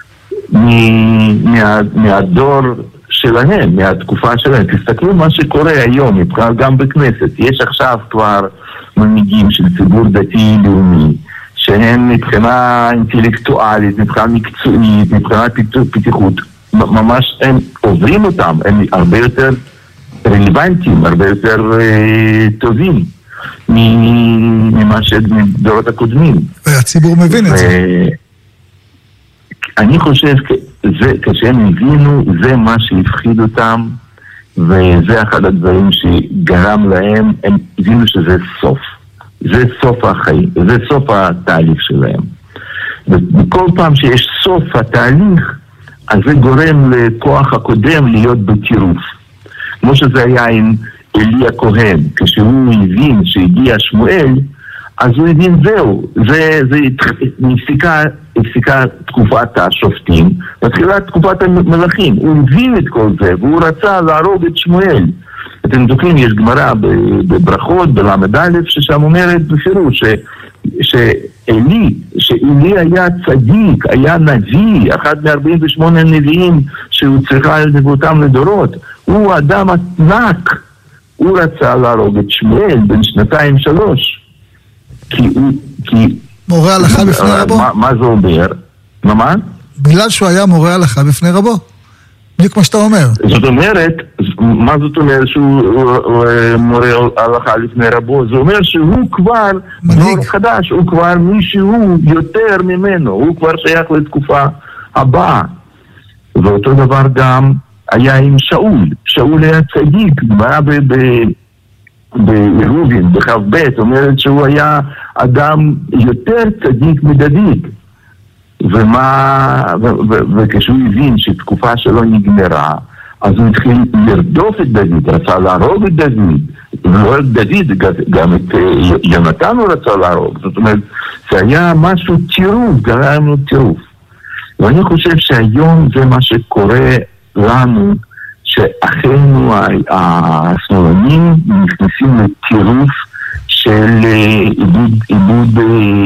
מהדור שלהם, מהתקופה שלהם. תסתכלו מה שקורה היום, גם בכנסת. יש עכשיו כבר מנהיגים של ציבור דתי-לאומי, שהם מבחינה אינטלקטואלית, מבחינה מקצועית, מבחינה פתיחות, ממש הם עוברים אותם, הם הרבה יותר רלוונטיים, הרבה יותר טובים ממה שמדורות הקודמים. והציבור מבין את זה. אני חושב כשהם הבינו, זה מה שהפחיד אותם, וזה אחד הדברים שגרם להם, הם הבינו שזה סוף. זה סוף החיים, זה סוף התהליך שלהם. וכל פעם שיש סוף התהליך, אז זה גורם לכוח הקודם להיות בטירוף. כמו שזה היה עם אלי הכהן, כשהוא הבין שהגיע שמואל, אז הוא הבין זהו, זה הפסיקה תקופת השופטים, והתחילה תקופת המלכים. הוא הבין את כל זה, והוא רצה להרוג את שמואל. אתם זוכרים, יש גמרא בברכות, בלמד א', ששם אומרת בפירוש, שאלי היה צדיק, היה נביא, אחד מ-48 נביאים שהוא צריכה לנבותם לדורות. הוא אדם ענק, הוא רצה להרוג את שמואל בין 2-3. כי מורה הלכה בפני רבו. מה זה אומר? מה? בגלל שהוא היה מורה הלכה בפני רבו. בדיוק כמו שאתה אומר. זאת אומרת, מה זאת אומרת שהוא מורה הלכה לפני רבו? זה אומר שהוא כבר דור חדש, הוא כבר מישהו יותר ממנו, הוא כבר שייך לתקופה הבאה. ואותו דבר גם היה עם שאול. שאול היה צדיק, בירובין, בחב בית, אומרת שהוא היה אדם יותר צדיק מדוד. וכשהוא הבין שתקופה שלו נגמרה, אז הוא התחיל לרדוף את דוד, רצה להרוג את דוד, ולא רק דוד, גם את יונתן הוא רצה להרוג. זאת אומרת, זה היה משהו טירוף, גרם לו טירוף. ואני חושב שהיום זה מה שקורה לנו, שאחינו השמאלנים נכנסים לטירוף של איבוד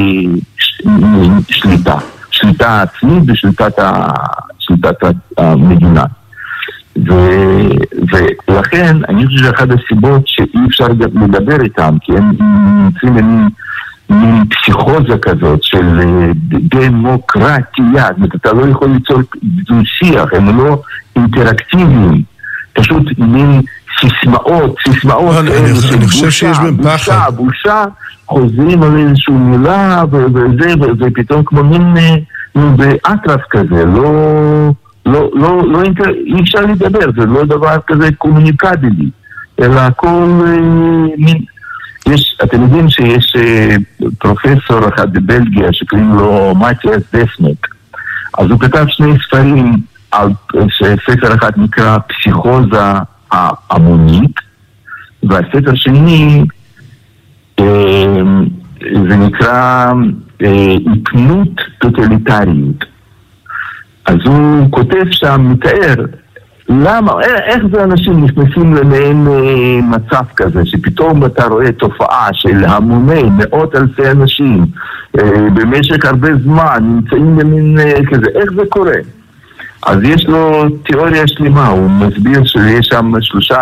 שליטה עצמית ושליטת המדינה. ולכן אני חושב שאחת הסיבות שאי אפשר לדבר איתם, כי הם נמצאים מין פסיכוזה כזאת של דמוקרטיה, אתה לא יכול ליצור שיח, הם לא אינטראקטיביים, פשוט מין סיסמאות אני חושב שיש בהם פחד. בושה, חוזרים על איזושהי מילה וזה, ופתאום כמו מין באטרף כזה, אי אפשר לדבר, זה לא דבר כזה קומוניקבילי, אלא הכל מין... אתם יודעים שיש פרופסור אחד בבלגיה שקוראים לו מתיאס דסנק, אז הוא כתב 2 ספרים, ספר אחד נקרא פסיכוזה המונית, והספר שני זה נקרא התנות טוטליטריות. אז הוא כותב שם, מתאר למה, איך זה אנשים נכנסים למעין מצב כזה, שפתאום אתה רואה תופעה של המוני, מאות אלפי אנשים, במשך הרבה זמן, נמצאים במין כזה, איך זה קורה? אז יש לו תיאוריה שלמה, הוא מסביר שיש שם 3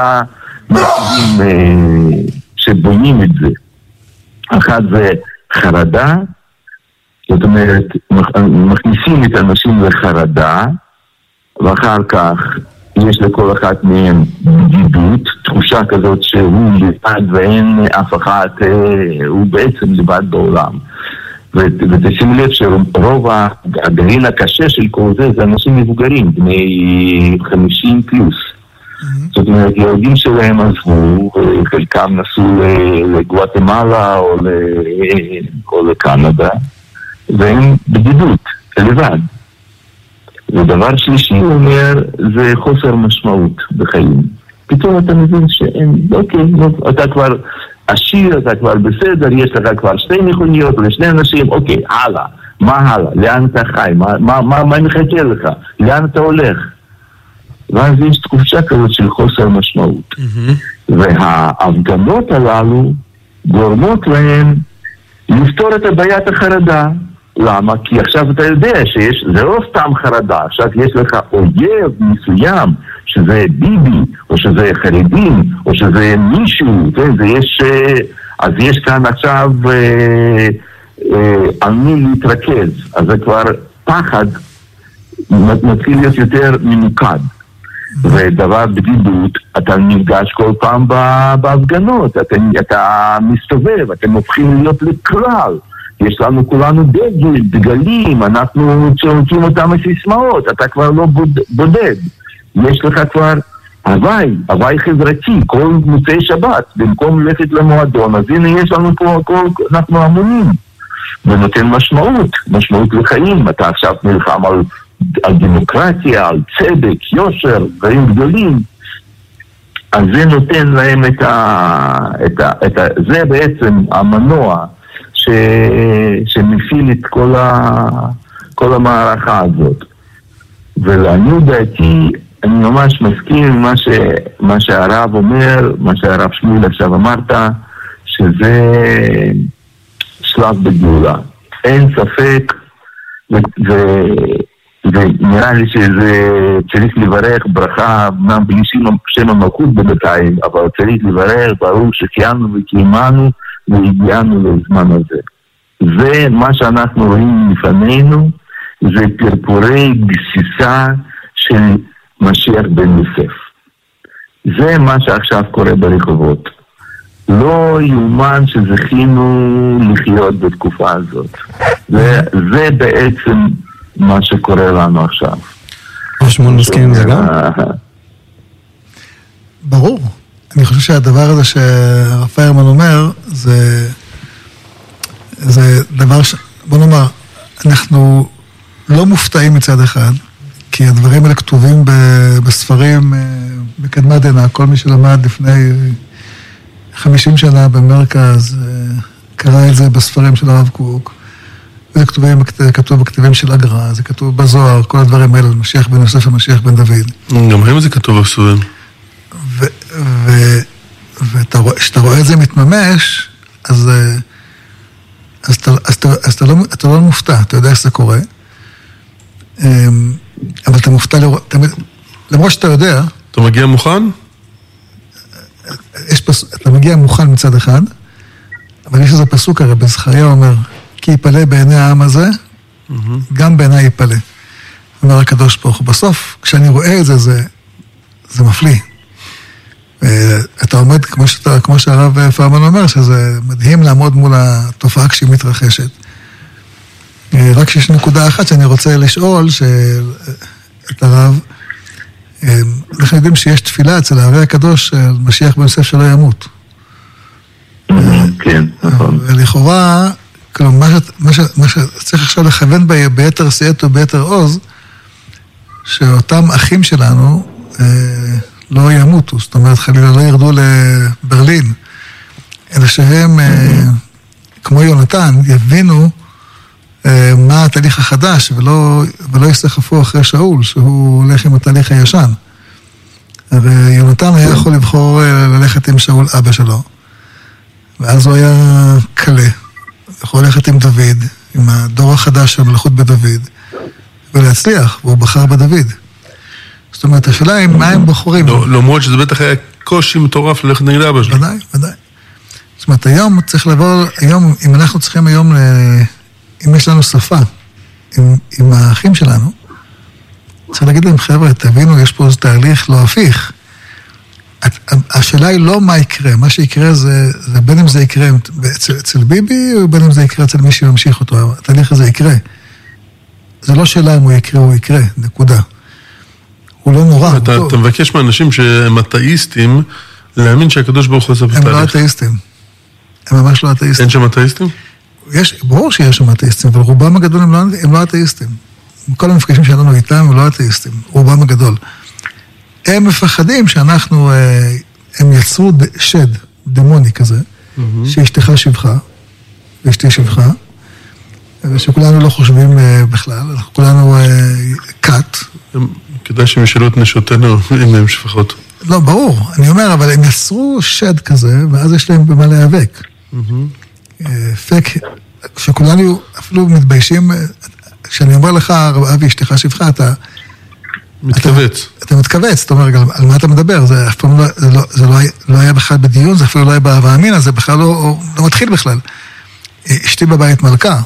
מצבים שבונים את זה. אחד זה חרדה, זאת אומרת, מכניסים את האנשים לחרדה, ואחר כך יש לכל אחת מהם בדידות, תחושה כזאת שהוא לבד ואין אף אחד, הוא בעצם לבד בעולם. ותשימו לב שרוב הגרעין הקשה של כל זה אנשים מבוגרים, בני 50 פלוס. זאת אומרת, ילדים שלהם עזבו, וחלקם נסעו לגואטמלה או לקנדה, והם בדידות, לבד. ודבר שלישי הוא אומר, זה חוסר משמעות בחיים. פתאום אתה מבין שאין, אוקיי, אתה כבר עשיר, אתה כבר בסדר, יש לך כבר 2 מכוניות ל2 אנשים, אוקיי, הלאה. מה הלאה? לאן אתה חי? מה מחכה לך? לאן אתה הולך? ואז יש תקופה כזאת של חוסר משמעות. וההפגנות הללו גורמות להם לפתור את בעיית החרדה. למה? כי עכשיו אתה יודע זה לא סתם חרדה, עכשיו יש לך אויב מסוים, שזה ביבי, או שזה חרדים, או שזה מישהו, אז יש כאן עכשיו על מי להתרכז, אז זה כבר פחד מתחיל להיות יותר ממוקד. ודבר בדידות, אתה נפגש כל פעם בהפגנות, אתה מסתובב, אתם הופכים להיות לכלל. יש לנו כולנו דגלים, אנחנו צורקים אותם מסיסמאות, אתה כבר לא בודד. יש לך כבר הוואי חברתי, כל מוצאי שבת, במקום ללכת למועדון, אז הנה יש לנו פה, אנחנו המונים. ונותן משמעות לחיים. אתה עכשיו נלחם על דמוקרטיה, על צדק, יושר, דברים גדולים. אז זה נותן להם זה בעצם המנוע שמפעיל את כל המערכה הזאת. ולעניות דעתי, אני ממש מסכים עם מה שהרב אומר, מה שהרב שמואל עכשיו אמרת, שזה שלב בגאולה. אין ספק, ונראה לי שזה צריך לברך ברכה, אמנם בלי שם המלכות בינתיים, אבל צריך לברך, ברור שחיינו וקיימנו והגיענו לזמן הזה. זה מה שאנחנו רואים לפנינו, זה פרפורי גסיסה של משיח בן יוסף. זה מה שעכשיו קורה ברחובות. לא יאומן שזכינו לחיות בתקופה הזאת. זה בעצם מה שקורה לנו עכשיו. שמואל מסכים עם זה גם? ברור. אני חושב שהדבר הזה שהרב פיירמן אומר, זה דבר בוא נאמר, אנחנו לא מופתעים מצד אחד, כי הדברים האלה כתובים בספרים בקדמת דנא, כל מי שלמד לפני 50 שנה במרכז, קרא את זה בספרים של הרב קוק, וזה כתוב בכתבים של הגר"א, זה כתוב בזוהר, כל הדברים האלה, משיח בן יוסף ומשיח בן דוד. גם הם זה כתוב בספרים. וכשאתה רואה את זה מתממש, אז אתה לא מופתע, אתה יודע איך זה קורה, אבל אתה מופתע לראות, למרות שאתה יודע... אתה מגיע מוכן? אתה מגיע מוכן מצד אחד, אבל יש איזה פסוק הרי, בזכריה אומר, כי יפלא בעיני העם הזה, גם בעיני יפלא. אומר הקדוש ברוך הוא. בסוף, כשאני רואה את זה, זה מפליא. אתה עומד, כמו שהרב פיירמן אומר, שזה מדהים לעמוד מול התופעה כשהיא מתרחשת. רק שיש נקודה אחת שאני רוצה לשאול, את הרב, אנחנו יודעים שיש תפילה אצל הרי הקדוש, משיח בן יוסף שלא ימות. כן, נכון. ולכאורה, כלומר, מה שצריך עכשיו לכוון ביתר שאת וביתר עוז, שאותם אחים שלנו לא ימותו, זאת אומרת, חלילה לא ירדו לברלין, אלא שהם, כמו יונתן, יבינו מה התהליך החדש, ולא יסחפו אחרי שאול, שהוא הולך עם התהליך הישן. הרי יונתן היה יכול לבחור ללכת עם שאול אבא שלו, ואז הוא היה קלה, יכול ללכת עם דוד, עם הדור החדש של מלכות בדוד, ולהצליח, והוא בחר בדוד. זאת אומרת, השאלה היא מה הם בוחרים. למרות שזה בטח היה קושי מטורף ללכת נגד אבא שלו. ודאי, ודאי. זאת אומרת, היום צריך לבוא, אם אנחנו צריכים היום, אם יש לנו שפה, עם האחים שלנו, צריך להגיד להם, חבר'ה, תבינו, יש פה איזה תהליך לא הפיך. השאלה היא לא מה יקרה, מה שיקרה זה בין אם זה יקרה אצל ביבי, או בין אם זה יקרה אצל מי שממשיך אותו, התהליך הזה יקרה. זה לא שאלה אם הוא יקרה, הוא יקרה, נקודה. הוא לא נורא. אתה מבקש מאנשים שהם אתאיסטים, להאמין שהקדוש ברוך הוא עושה בתהליך. הם לא אתאיסטים. הם ממש לא אתאיסטים. אין שם אתאיסטים? ברור שיש שם אתאיסטים, אבל רובם הגדול הם לא אתאיסטים. כל המפגשים שלנו איתם הם לא אתאיסטים, רובם הגדול. הם מפחדים שאנחנו, הם יצרו שד דמוני כזה, שאשתך שבחה, ואשתי שבחה, ושכולנו לא חושבים בכלל, כולנו קאט. כדאי שהם ישאלו את נשותינו אם הם שפחות. לא, ברור, אני אומר, אבל הם יצרו שד כזה, ואז יש להם במה להיאבק. פק, שכולנו אפילו מתביישים, כשאני אומר לך, אבי, אשתך שבחה, אתה... מתכווץ. אתה מתכווץ, זאת אומרת, על מה אתה מדבר? זה אף פעם לא היה בכלל בדיון, זה אפילו לא היה באמין, זה בכלל לא מתחיל בכלל. אשתי בבית מלכה,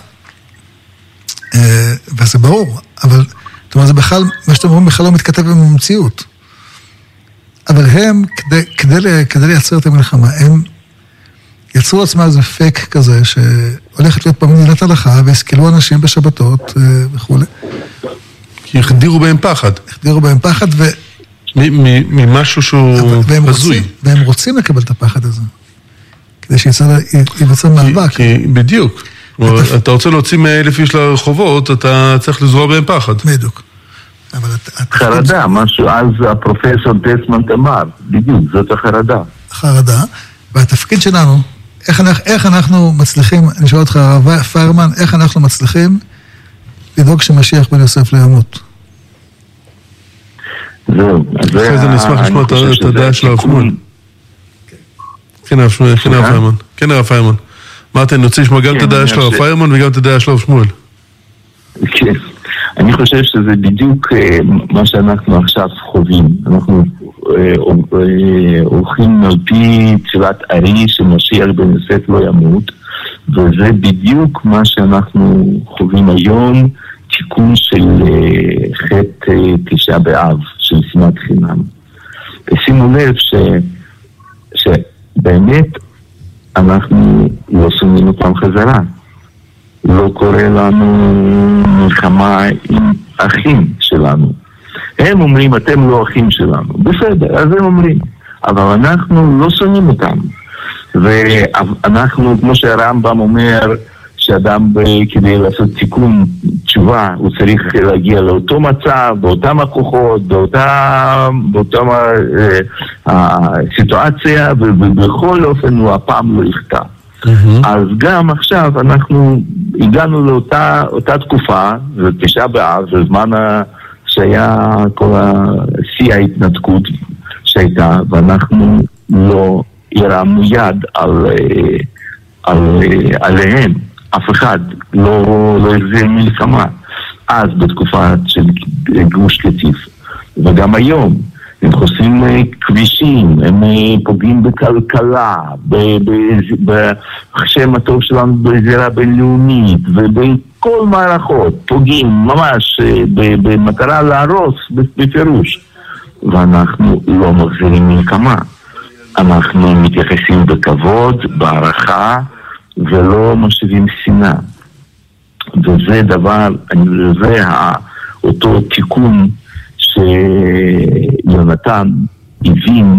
וזה ברור, אבל, זאת אומרת, זה בכלל, מה שאתם אומרים בכלל לא מתכתב עם המציאות. אבל הם, כדי לייצר את המלחמה, הם יצרו לעצמם איזה פייק כזה, שהולכת להיות פעם מדינת הלכה, והסכלו אנשים בשבתות וכו'. כי החדירו בהם פחד. החדירו בהם פחד ממשהו שהוא הזוי. והם רוצים לקבל את הפחד הזה. כדי שיבצע מאבק. בדיוק. אתה רוצה להוציא 100,000 איש לרחובות, אתה צריך לזרוע בהם פחד. בדיוק. חרדה, משהו אז הפרופסור דסמונד אמר. בדיוק, זאת החרדה. חרדה. והתפקיד שלנו, איך אנחנו מצליחים, אני שואל אותך, הרב פיירמן, איך אנחנו מצליחים לדאוג שמשיח בן יוסף לא ימות? זהו. אחרי זה נשמח לשמוע את הדעה של הרב שמואל. כן, הרב פיירמן. מרטין, נוציא לשמוע גם את הדעה של הרב פיירמן וגם את הדעה של הרב שמואל. כן. אני חושב שזה בדיוק מה שאנחנו עכשיו חווים. אנחנו הולכים על פי תפילת ארי שמשיח בן יוסף לא ימות, וזה בדיוק מה שאנחנו חווים היום, תיקון של חטא תשעה באב, של שנאת חינם. ושימו לב שבאמת אנחנו לא שונאים אותם חזרה. לא קורה לנו מלחמה עם אחים שלנו. הם אומרים, אתם לא אחים שלנו. בסדר, אז הם אומרים. אבל אנחנו לא שונאים אותם. ואנחנו, כמו שהרמב"ם אומר, שאדם כדי לעשות תיקון תשובה, הוא צריך להגיע לאותו מצב, באותם הכוחות, באותה סיטואציה, ובכל אופן הוא הפעם לא יחטא. אז גם עכשיו אנחנו הגענו לאותה תקופה, זה 9 באב, זה זמן שהיה כל שיא ההתנתקות שהייתה, ואנחנו לא הרמנו יד עליהם. אף אחד לא החזיר מלחמה. אז בתקופה של גוש קטיף. וגם היום, הם חוסמים כבישים, הם פוגעים בכלכלה, בשם הטוב שלנו בזירה בינלאומית, ובכל מערכות פוגעים ממש במטרה להרוס בפירוש. ואנחנו לא מחזירים מלחמה. אנחנו מתייחסים בכבוד, בערכה, ולא משאירים שנאה. וזה דבר, זה אותו תיקון שיונתן הבין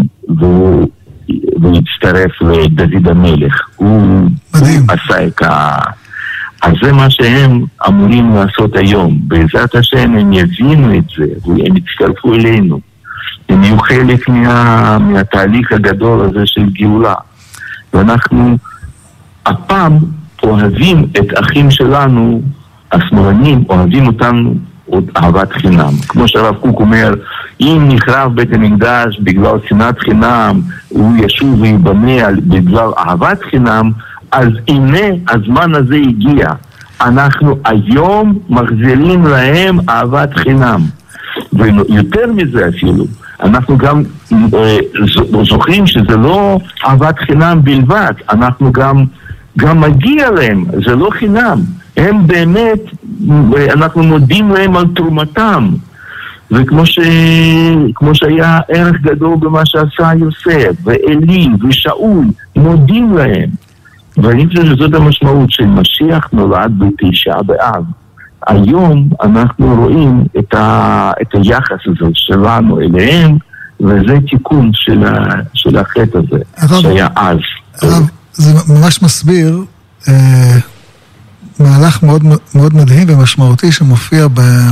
והצטרף לדוד המלך. הוא עשה את אז זה מה שהם אמורים לעשות היום. בעזרת השם הם יבינו את זה, והם יצטרפו אלינו. הם יהיו חלק מהתהליך הגדול הזה של גאולה. ואנחנו הפעם אוהבים את אחים שלנו, השמאלנים, אוהבים אותנו עוד אהבת חינם. כמו שהרב קוק אומר, אם נחרב בית המקדש בגלל שנאת חינם, הוא ישוב ויבנה בגלל אהבת חינם, אז הנה הזמן הזה הגיע. אנחנו היום מחזירים להם אהבת חינם. ויותר מזה אפילו, אנחנו גם זוכרים שזה לא אהבת חינם בלבד, אנחנו גם מגיע להם, זה לא חינם. הם באמת, אנחנו מודים להם על תרומתם. וכמו שהיה ערך גדול במה שעשה יוסף, ואלי ושאול, מודים להם. ואני חושב שזאת המשמעות של משיח נולד ב9 באב. היום אנחנו רואים את היחס הזה שלנו אליהם, וזה תיקון של החטא הזה, שהיה אז. זה ממש מסביר מהלך מאוד, מאוד מדהים ומשמעותי שמופיע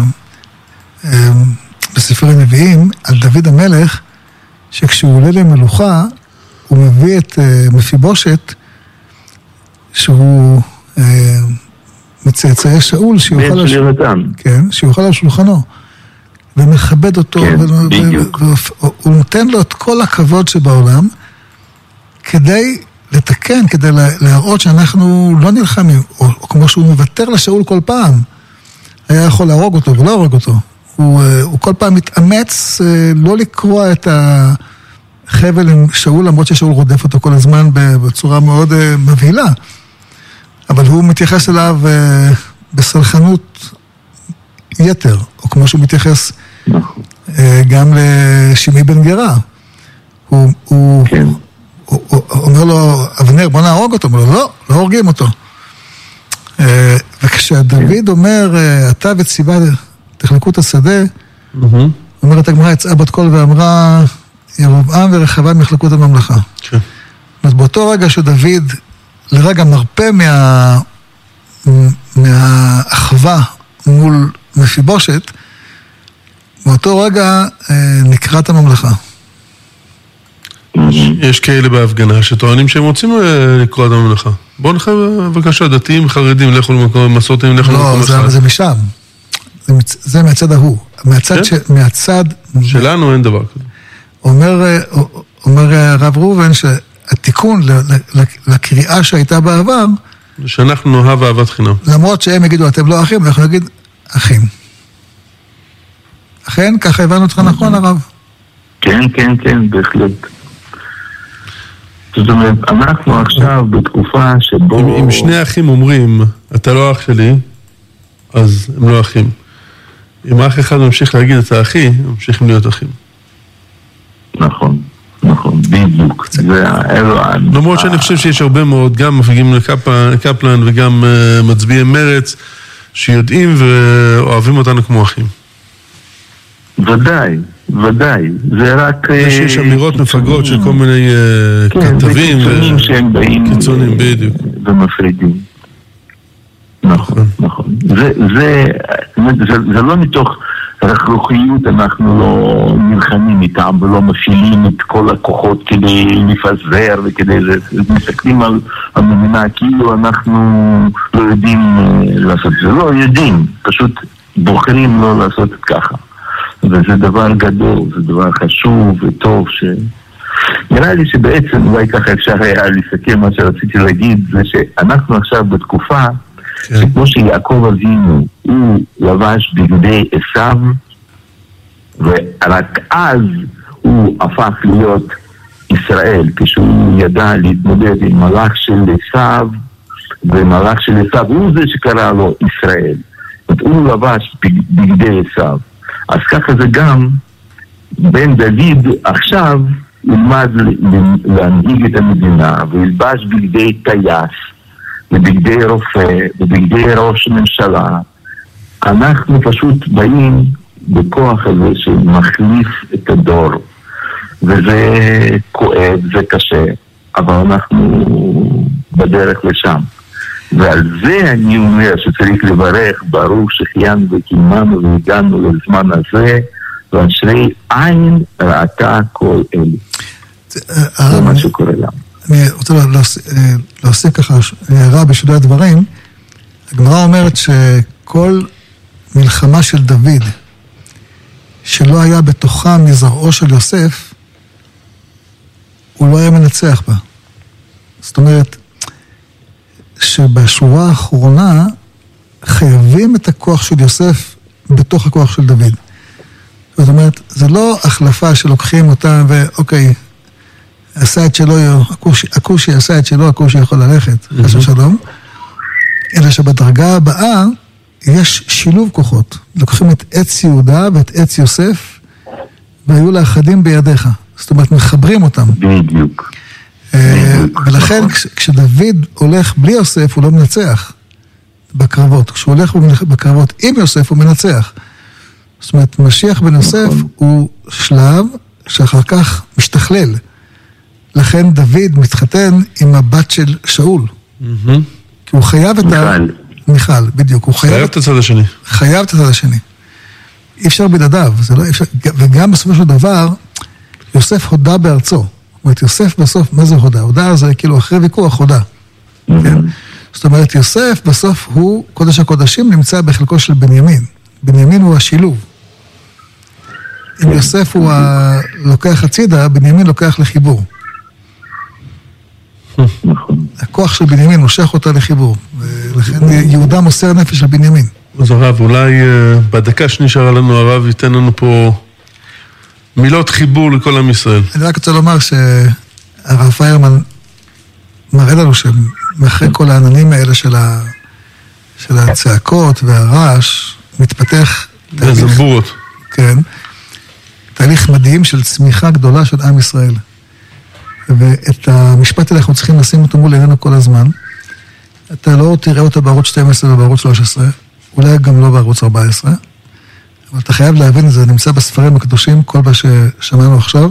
בספר הנביאים על דוד המלך, שכשהוא עולה למלוכה, הוא מביא את מפיבושת, שהוא מצאצאי שאול, שיוכל על שולחנו, ומכבד אותו, והוא נותן לו את כל הכבוד שבעולם, כדי לתקן, כדי להראות שאנחנו לא נלחמים, או כמו שהוא מוותר לשאול כל פעם, היה יכול להרוג אותו ולא הרוג אותו. הוא כל פעם מתאמץ לא לקרוע את החבל עם שאול, למרות ששאול רודף אותו כל הזמן בצורה מאוד מבהילה. אבל הוא מתייחס אליו בסלחנות יתר, או כמו שהוא מתייחס גם לשמעי בן גרה. הוא אומר לו, אבנר, בוא נהרוג אותו. הוא אומר לו, לא הורגים אותו. וכשדוד אומר, אתה וציבה תחלקו את השדה, אומרת הגמרא, יצאה בת קול ואמרה, ירבעם ורחבעם יחלקו את הממלכה. אז באותו רגע שדוד לרגע מרפא מהאחווה מול מפיבושת, באותו רגע נקראת הממלכה. יש כאלה בהפגנה שטוענים שהם רוצים לקרוא את הממלכה. בואו נחם בבקשה, דתיים, חרדים, לכו למקום, מסורתיים, לכו למקום אחד. לא, זה משם. זה מהצד ההוא. מהצד... שלנו אין דבר כזה. אומר הרב ראובן שהתיקון לקריאה שהייתה בעבר... שאנחנו נאהב אהבת חינם. למרות שהם יגידו, אתם לא אחים, אנחנו נגיד, אחים. אכן, ככה הבנו אותך נכון, הרב? כן, בהחלט. זאת אומרת, אנחנו עכשיו בתקופה שבו... אם שני אחים אומרים, אתה לא אח שלי, אז הם לא אחים. אם אח אחד ממשיך להגיד את האחי, הם ממשיכים להיות אחים. נכון, בדיוק. למרות שאני חושב שיש הרבה מאוד, גם מפגיעים לקפלן וגם מצביעי מרץ, שיודעים ואוהבים אותנו כמו אחים. ודאי, ודאי, זה רק... יש אמירות מפגרות של כל מיני כתבים קיצונים שהם באים קיצונים בדיוק ומפרידים. נכון, נכון. זה לא מתוך רכרוכיות, אנחנו לא נלחמים איתם ולא מפעילים את כל הכוחות כדי לפזר וכדי מסתכלים על המדינה כאילו אנחנו לא יודעים לעשות זה, לא יודעים, פשוט בוחרים לא לעשות את ככה. וזה דבר גדול, זה דבר חשוב וטוב נראה לי שבעצם אולי ככה אפשר היה לסכם מה שרציתי להגיד, זה שאנחנו עכשיו בתקופה שכמו שיעקב אבינו הוא לבש בגדי עשיו ורק אז הוא הפך להיות ישראל, כשהוא ידע להתמודד עם מלאך של עשיו, ומלאך של עשיו הוא זה שקרא לו ישראל, הוא לבש בגדי עשיו. אז ככה זה גם בן דוד עכשיו ילמד להנהיג את המדינה וילבש בגדי טייס ובגדי רופא ובגדי ראש ממשלה. אנחנו פשוט באים בכוח הזה שמחליף את הדור, וזה כואב, זה קשה, אבל אנחנו בדרך לשם. ועל זה אני אומר שצריך לברך, ברוך שהחיינו וקיימנו והגענו לזמן הזה, ואשרי עין ראתה כל אלה. זה מה שקורה לנו. אני רוצה להוסיף ככה הערה בשולי הדברים. הגמרא אומרת שכל מלחמה של דוד שלא היה בתוכה מזרעו של יוסף, הוא לא היה מנצח בה. זאת אומרת שבשורה האחרונה חייבים את הכוח של יוסף בתוך הכוח של דוד. זאת אומרת, זה לא החלפה שלוקחים אותם ואוקיי, עשה את שלו, הכושי עשה את שלו, הכושי יכול ללכת, חס ושלום, אלא שבדרגה הבאה יש שילוב כוחות. לוקחים את עץ יהודה ואת עץ יוסף, והיו לאחדים בידיך. זאת אומרת, מחברים אותם. בדיוק. ולכן כשדוד הולך בלי יוסף, הוא לא מנצח בקרבות. כשהוא הולך בקרבות עם יוסף, הוא מנצח. זאת אומרת, משיח בן יוסף הוא שלב שאחר כך משתכלל. לכן דוד מתחתן עם הבת של שאול. כי הוא חייב את מיכל, בדיוק. הוא חייב את הצד השני. חייב את הצד השני. אי אפשר בלעדיו. וגם בסופו של דבר, יוסף הודה בארצו. זאת אומרת, יוסף בסוף, מה זה הודה? הודה זה כאילו אחרי ויכוח הודה. זאת אומרת, יוסף בסוף הוא, קודש הקודשים, נמצא בחלקו של בנימין. בנימין הוא השילוב. אם יוסף הוא לוקח הצידה, בנימין לוקח לחיבור. הכוח של בנימין מושך אותה לחיבור. ולכן יהודה מוסר נפש של בנימין. אז הרב, אולי בדקה שנשארה לנו, הרב ייתן לנו פה מילות חיבור לכל עם ישראל. אני רק רוצה לומר שהרב פיירמן מראה לנו שמאחרי כל העננים האלה של הצעקות והרעש, מתפתח זמבורות. כן. תהליך מדהים של צמיחה גדולה של עם ישראל. ואת המשפט האלה אנחנו צריכים לשים אותו מול עינינו כל הזמן. אתה לא תראה אותו בערוץ 12 ובערוץ 13, אולי גם לא בערוץ 14, אבל אתה חייב להבין את זה, נמצא בספרים הקדושים, כל מה ששמענו עכשיו.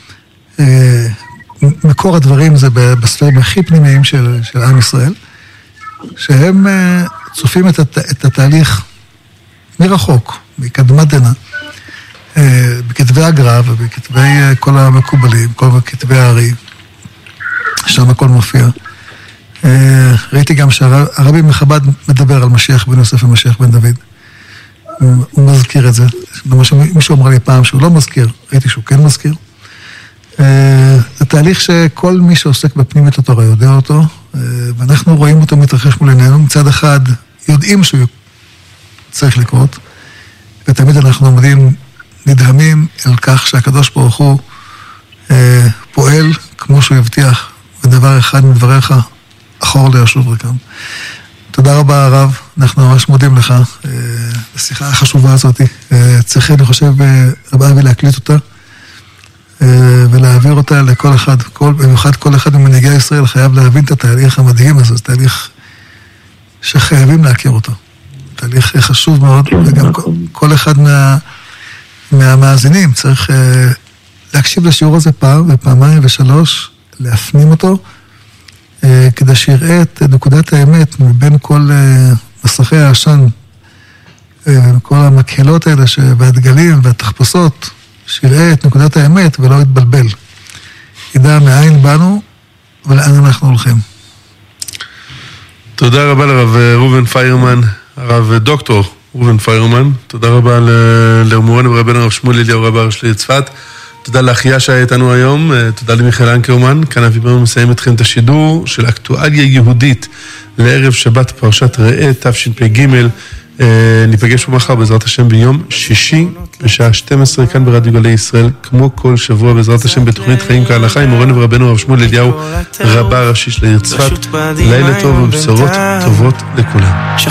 מקור הדברים זה בספרים הכי פנימיים של עם ישראל, שהם צופים את התהליך מרחוק, מקדמת דנא, בכתבי הגר"א ובכתבי כל המקובלים, כל כתבי הארי, שם הכל מופיע. ראיתי גם שהרבי מחב"ד מדבר על משיח בן יוסף ומשיח בן דוד. הוא מזכיר את זה. מישהו אמר לי פעם שהוא לא מזכיר, ראיתי שהוא כן מזכיר. זה תהליך שכל מי שעוסק בפנימיות התורה יודע אותו, ואנחנו רואים אותו מתרחש מול עינינו. מצד אחד יודעים שהוא צריך לקרות, ותמיד אנחנו עומדים נדהמים על כך שהקדוש ברוך הוא פועל כמו שהוא הבטיח, ודבר אחד מדבריך אחור לישוב ריקם. תודה רבה הרב, אנחנו ממש מודים לך, לשיחה החשובה הזאת. צריכים, אני חושב, רב אבי להקליט אותה, ולהעביר אותה לכל אחד, במיוחד כל אחד ממנהיגי ישראל חייב להבין את התהליך המדהים הזה, זה תהליך שחייבים להכיר אותו. תהליך חשוב מאוד, וגם כל אחד מהמאזינים צריך להקשיב לשיעור הזה פעם ופעמיים ושלוש, להפנים אותו, כדי שיראה את נקודת האמת מבין כל מסכי העשן, כל המקהלות האלה והדגלים והתחפושות, שיראה את נקודת האמת ולא יתבלבל. ידע מאין באנו ולאן אנחנו הולכים. תודה רבה לרב ראובן פיירמן, הרב דוקטור ראובן פיירמן, תודה רבה למורנו ורבנו הרב שמואל אליהו רב הראשי לצפת, תודה לאחיה שהיה איתנו היום, תודה למיכאל אנקרמן, כאן אבי ברמן מסיים אתכם את השידור של אקטואליה יהודית לערב שבת פרשת ראה תשפ"ג, ניפגש פה מחר בעזרת השם ביום שישי בשעה 12 כאן ברדיו גלי ישראל, כמו כל שבוע בעזרת השם בתוכנית חיים כהלכה עם מורנו ורבנו הרב שמואל אליהו רבה הראשי של העיר צפת. לילה טוב ובשורות טובות לכולם.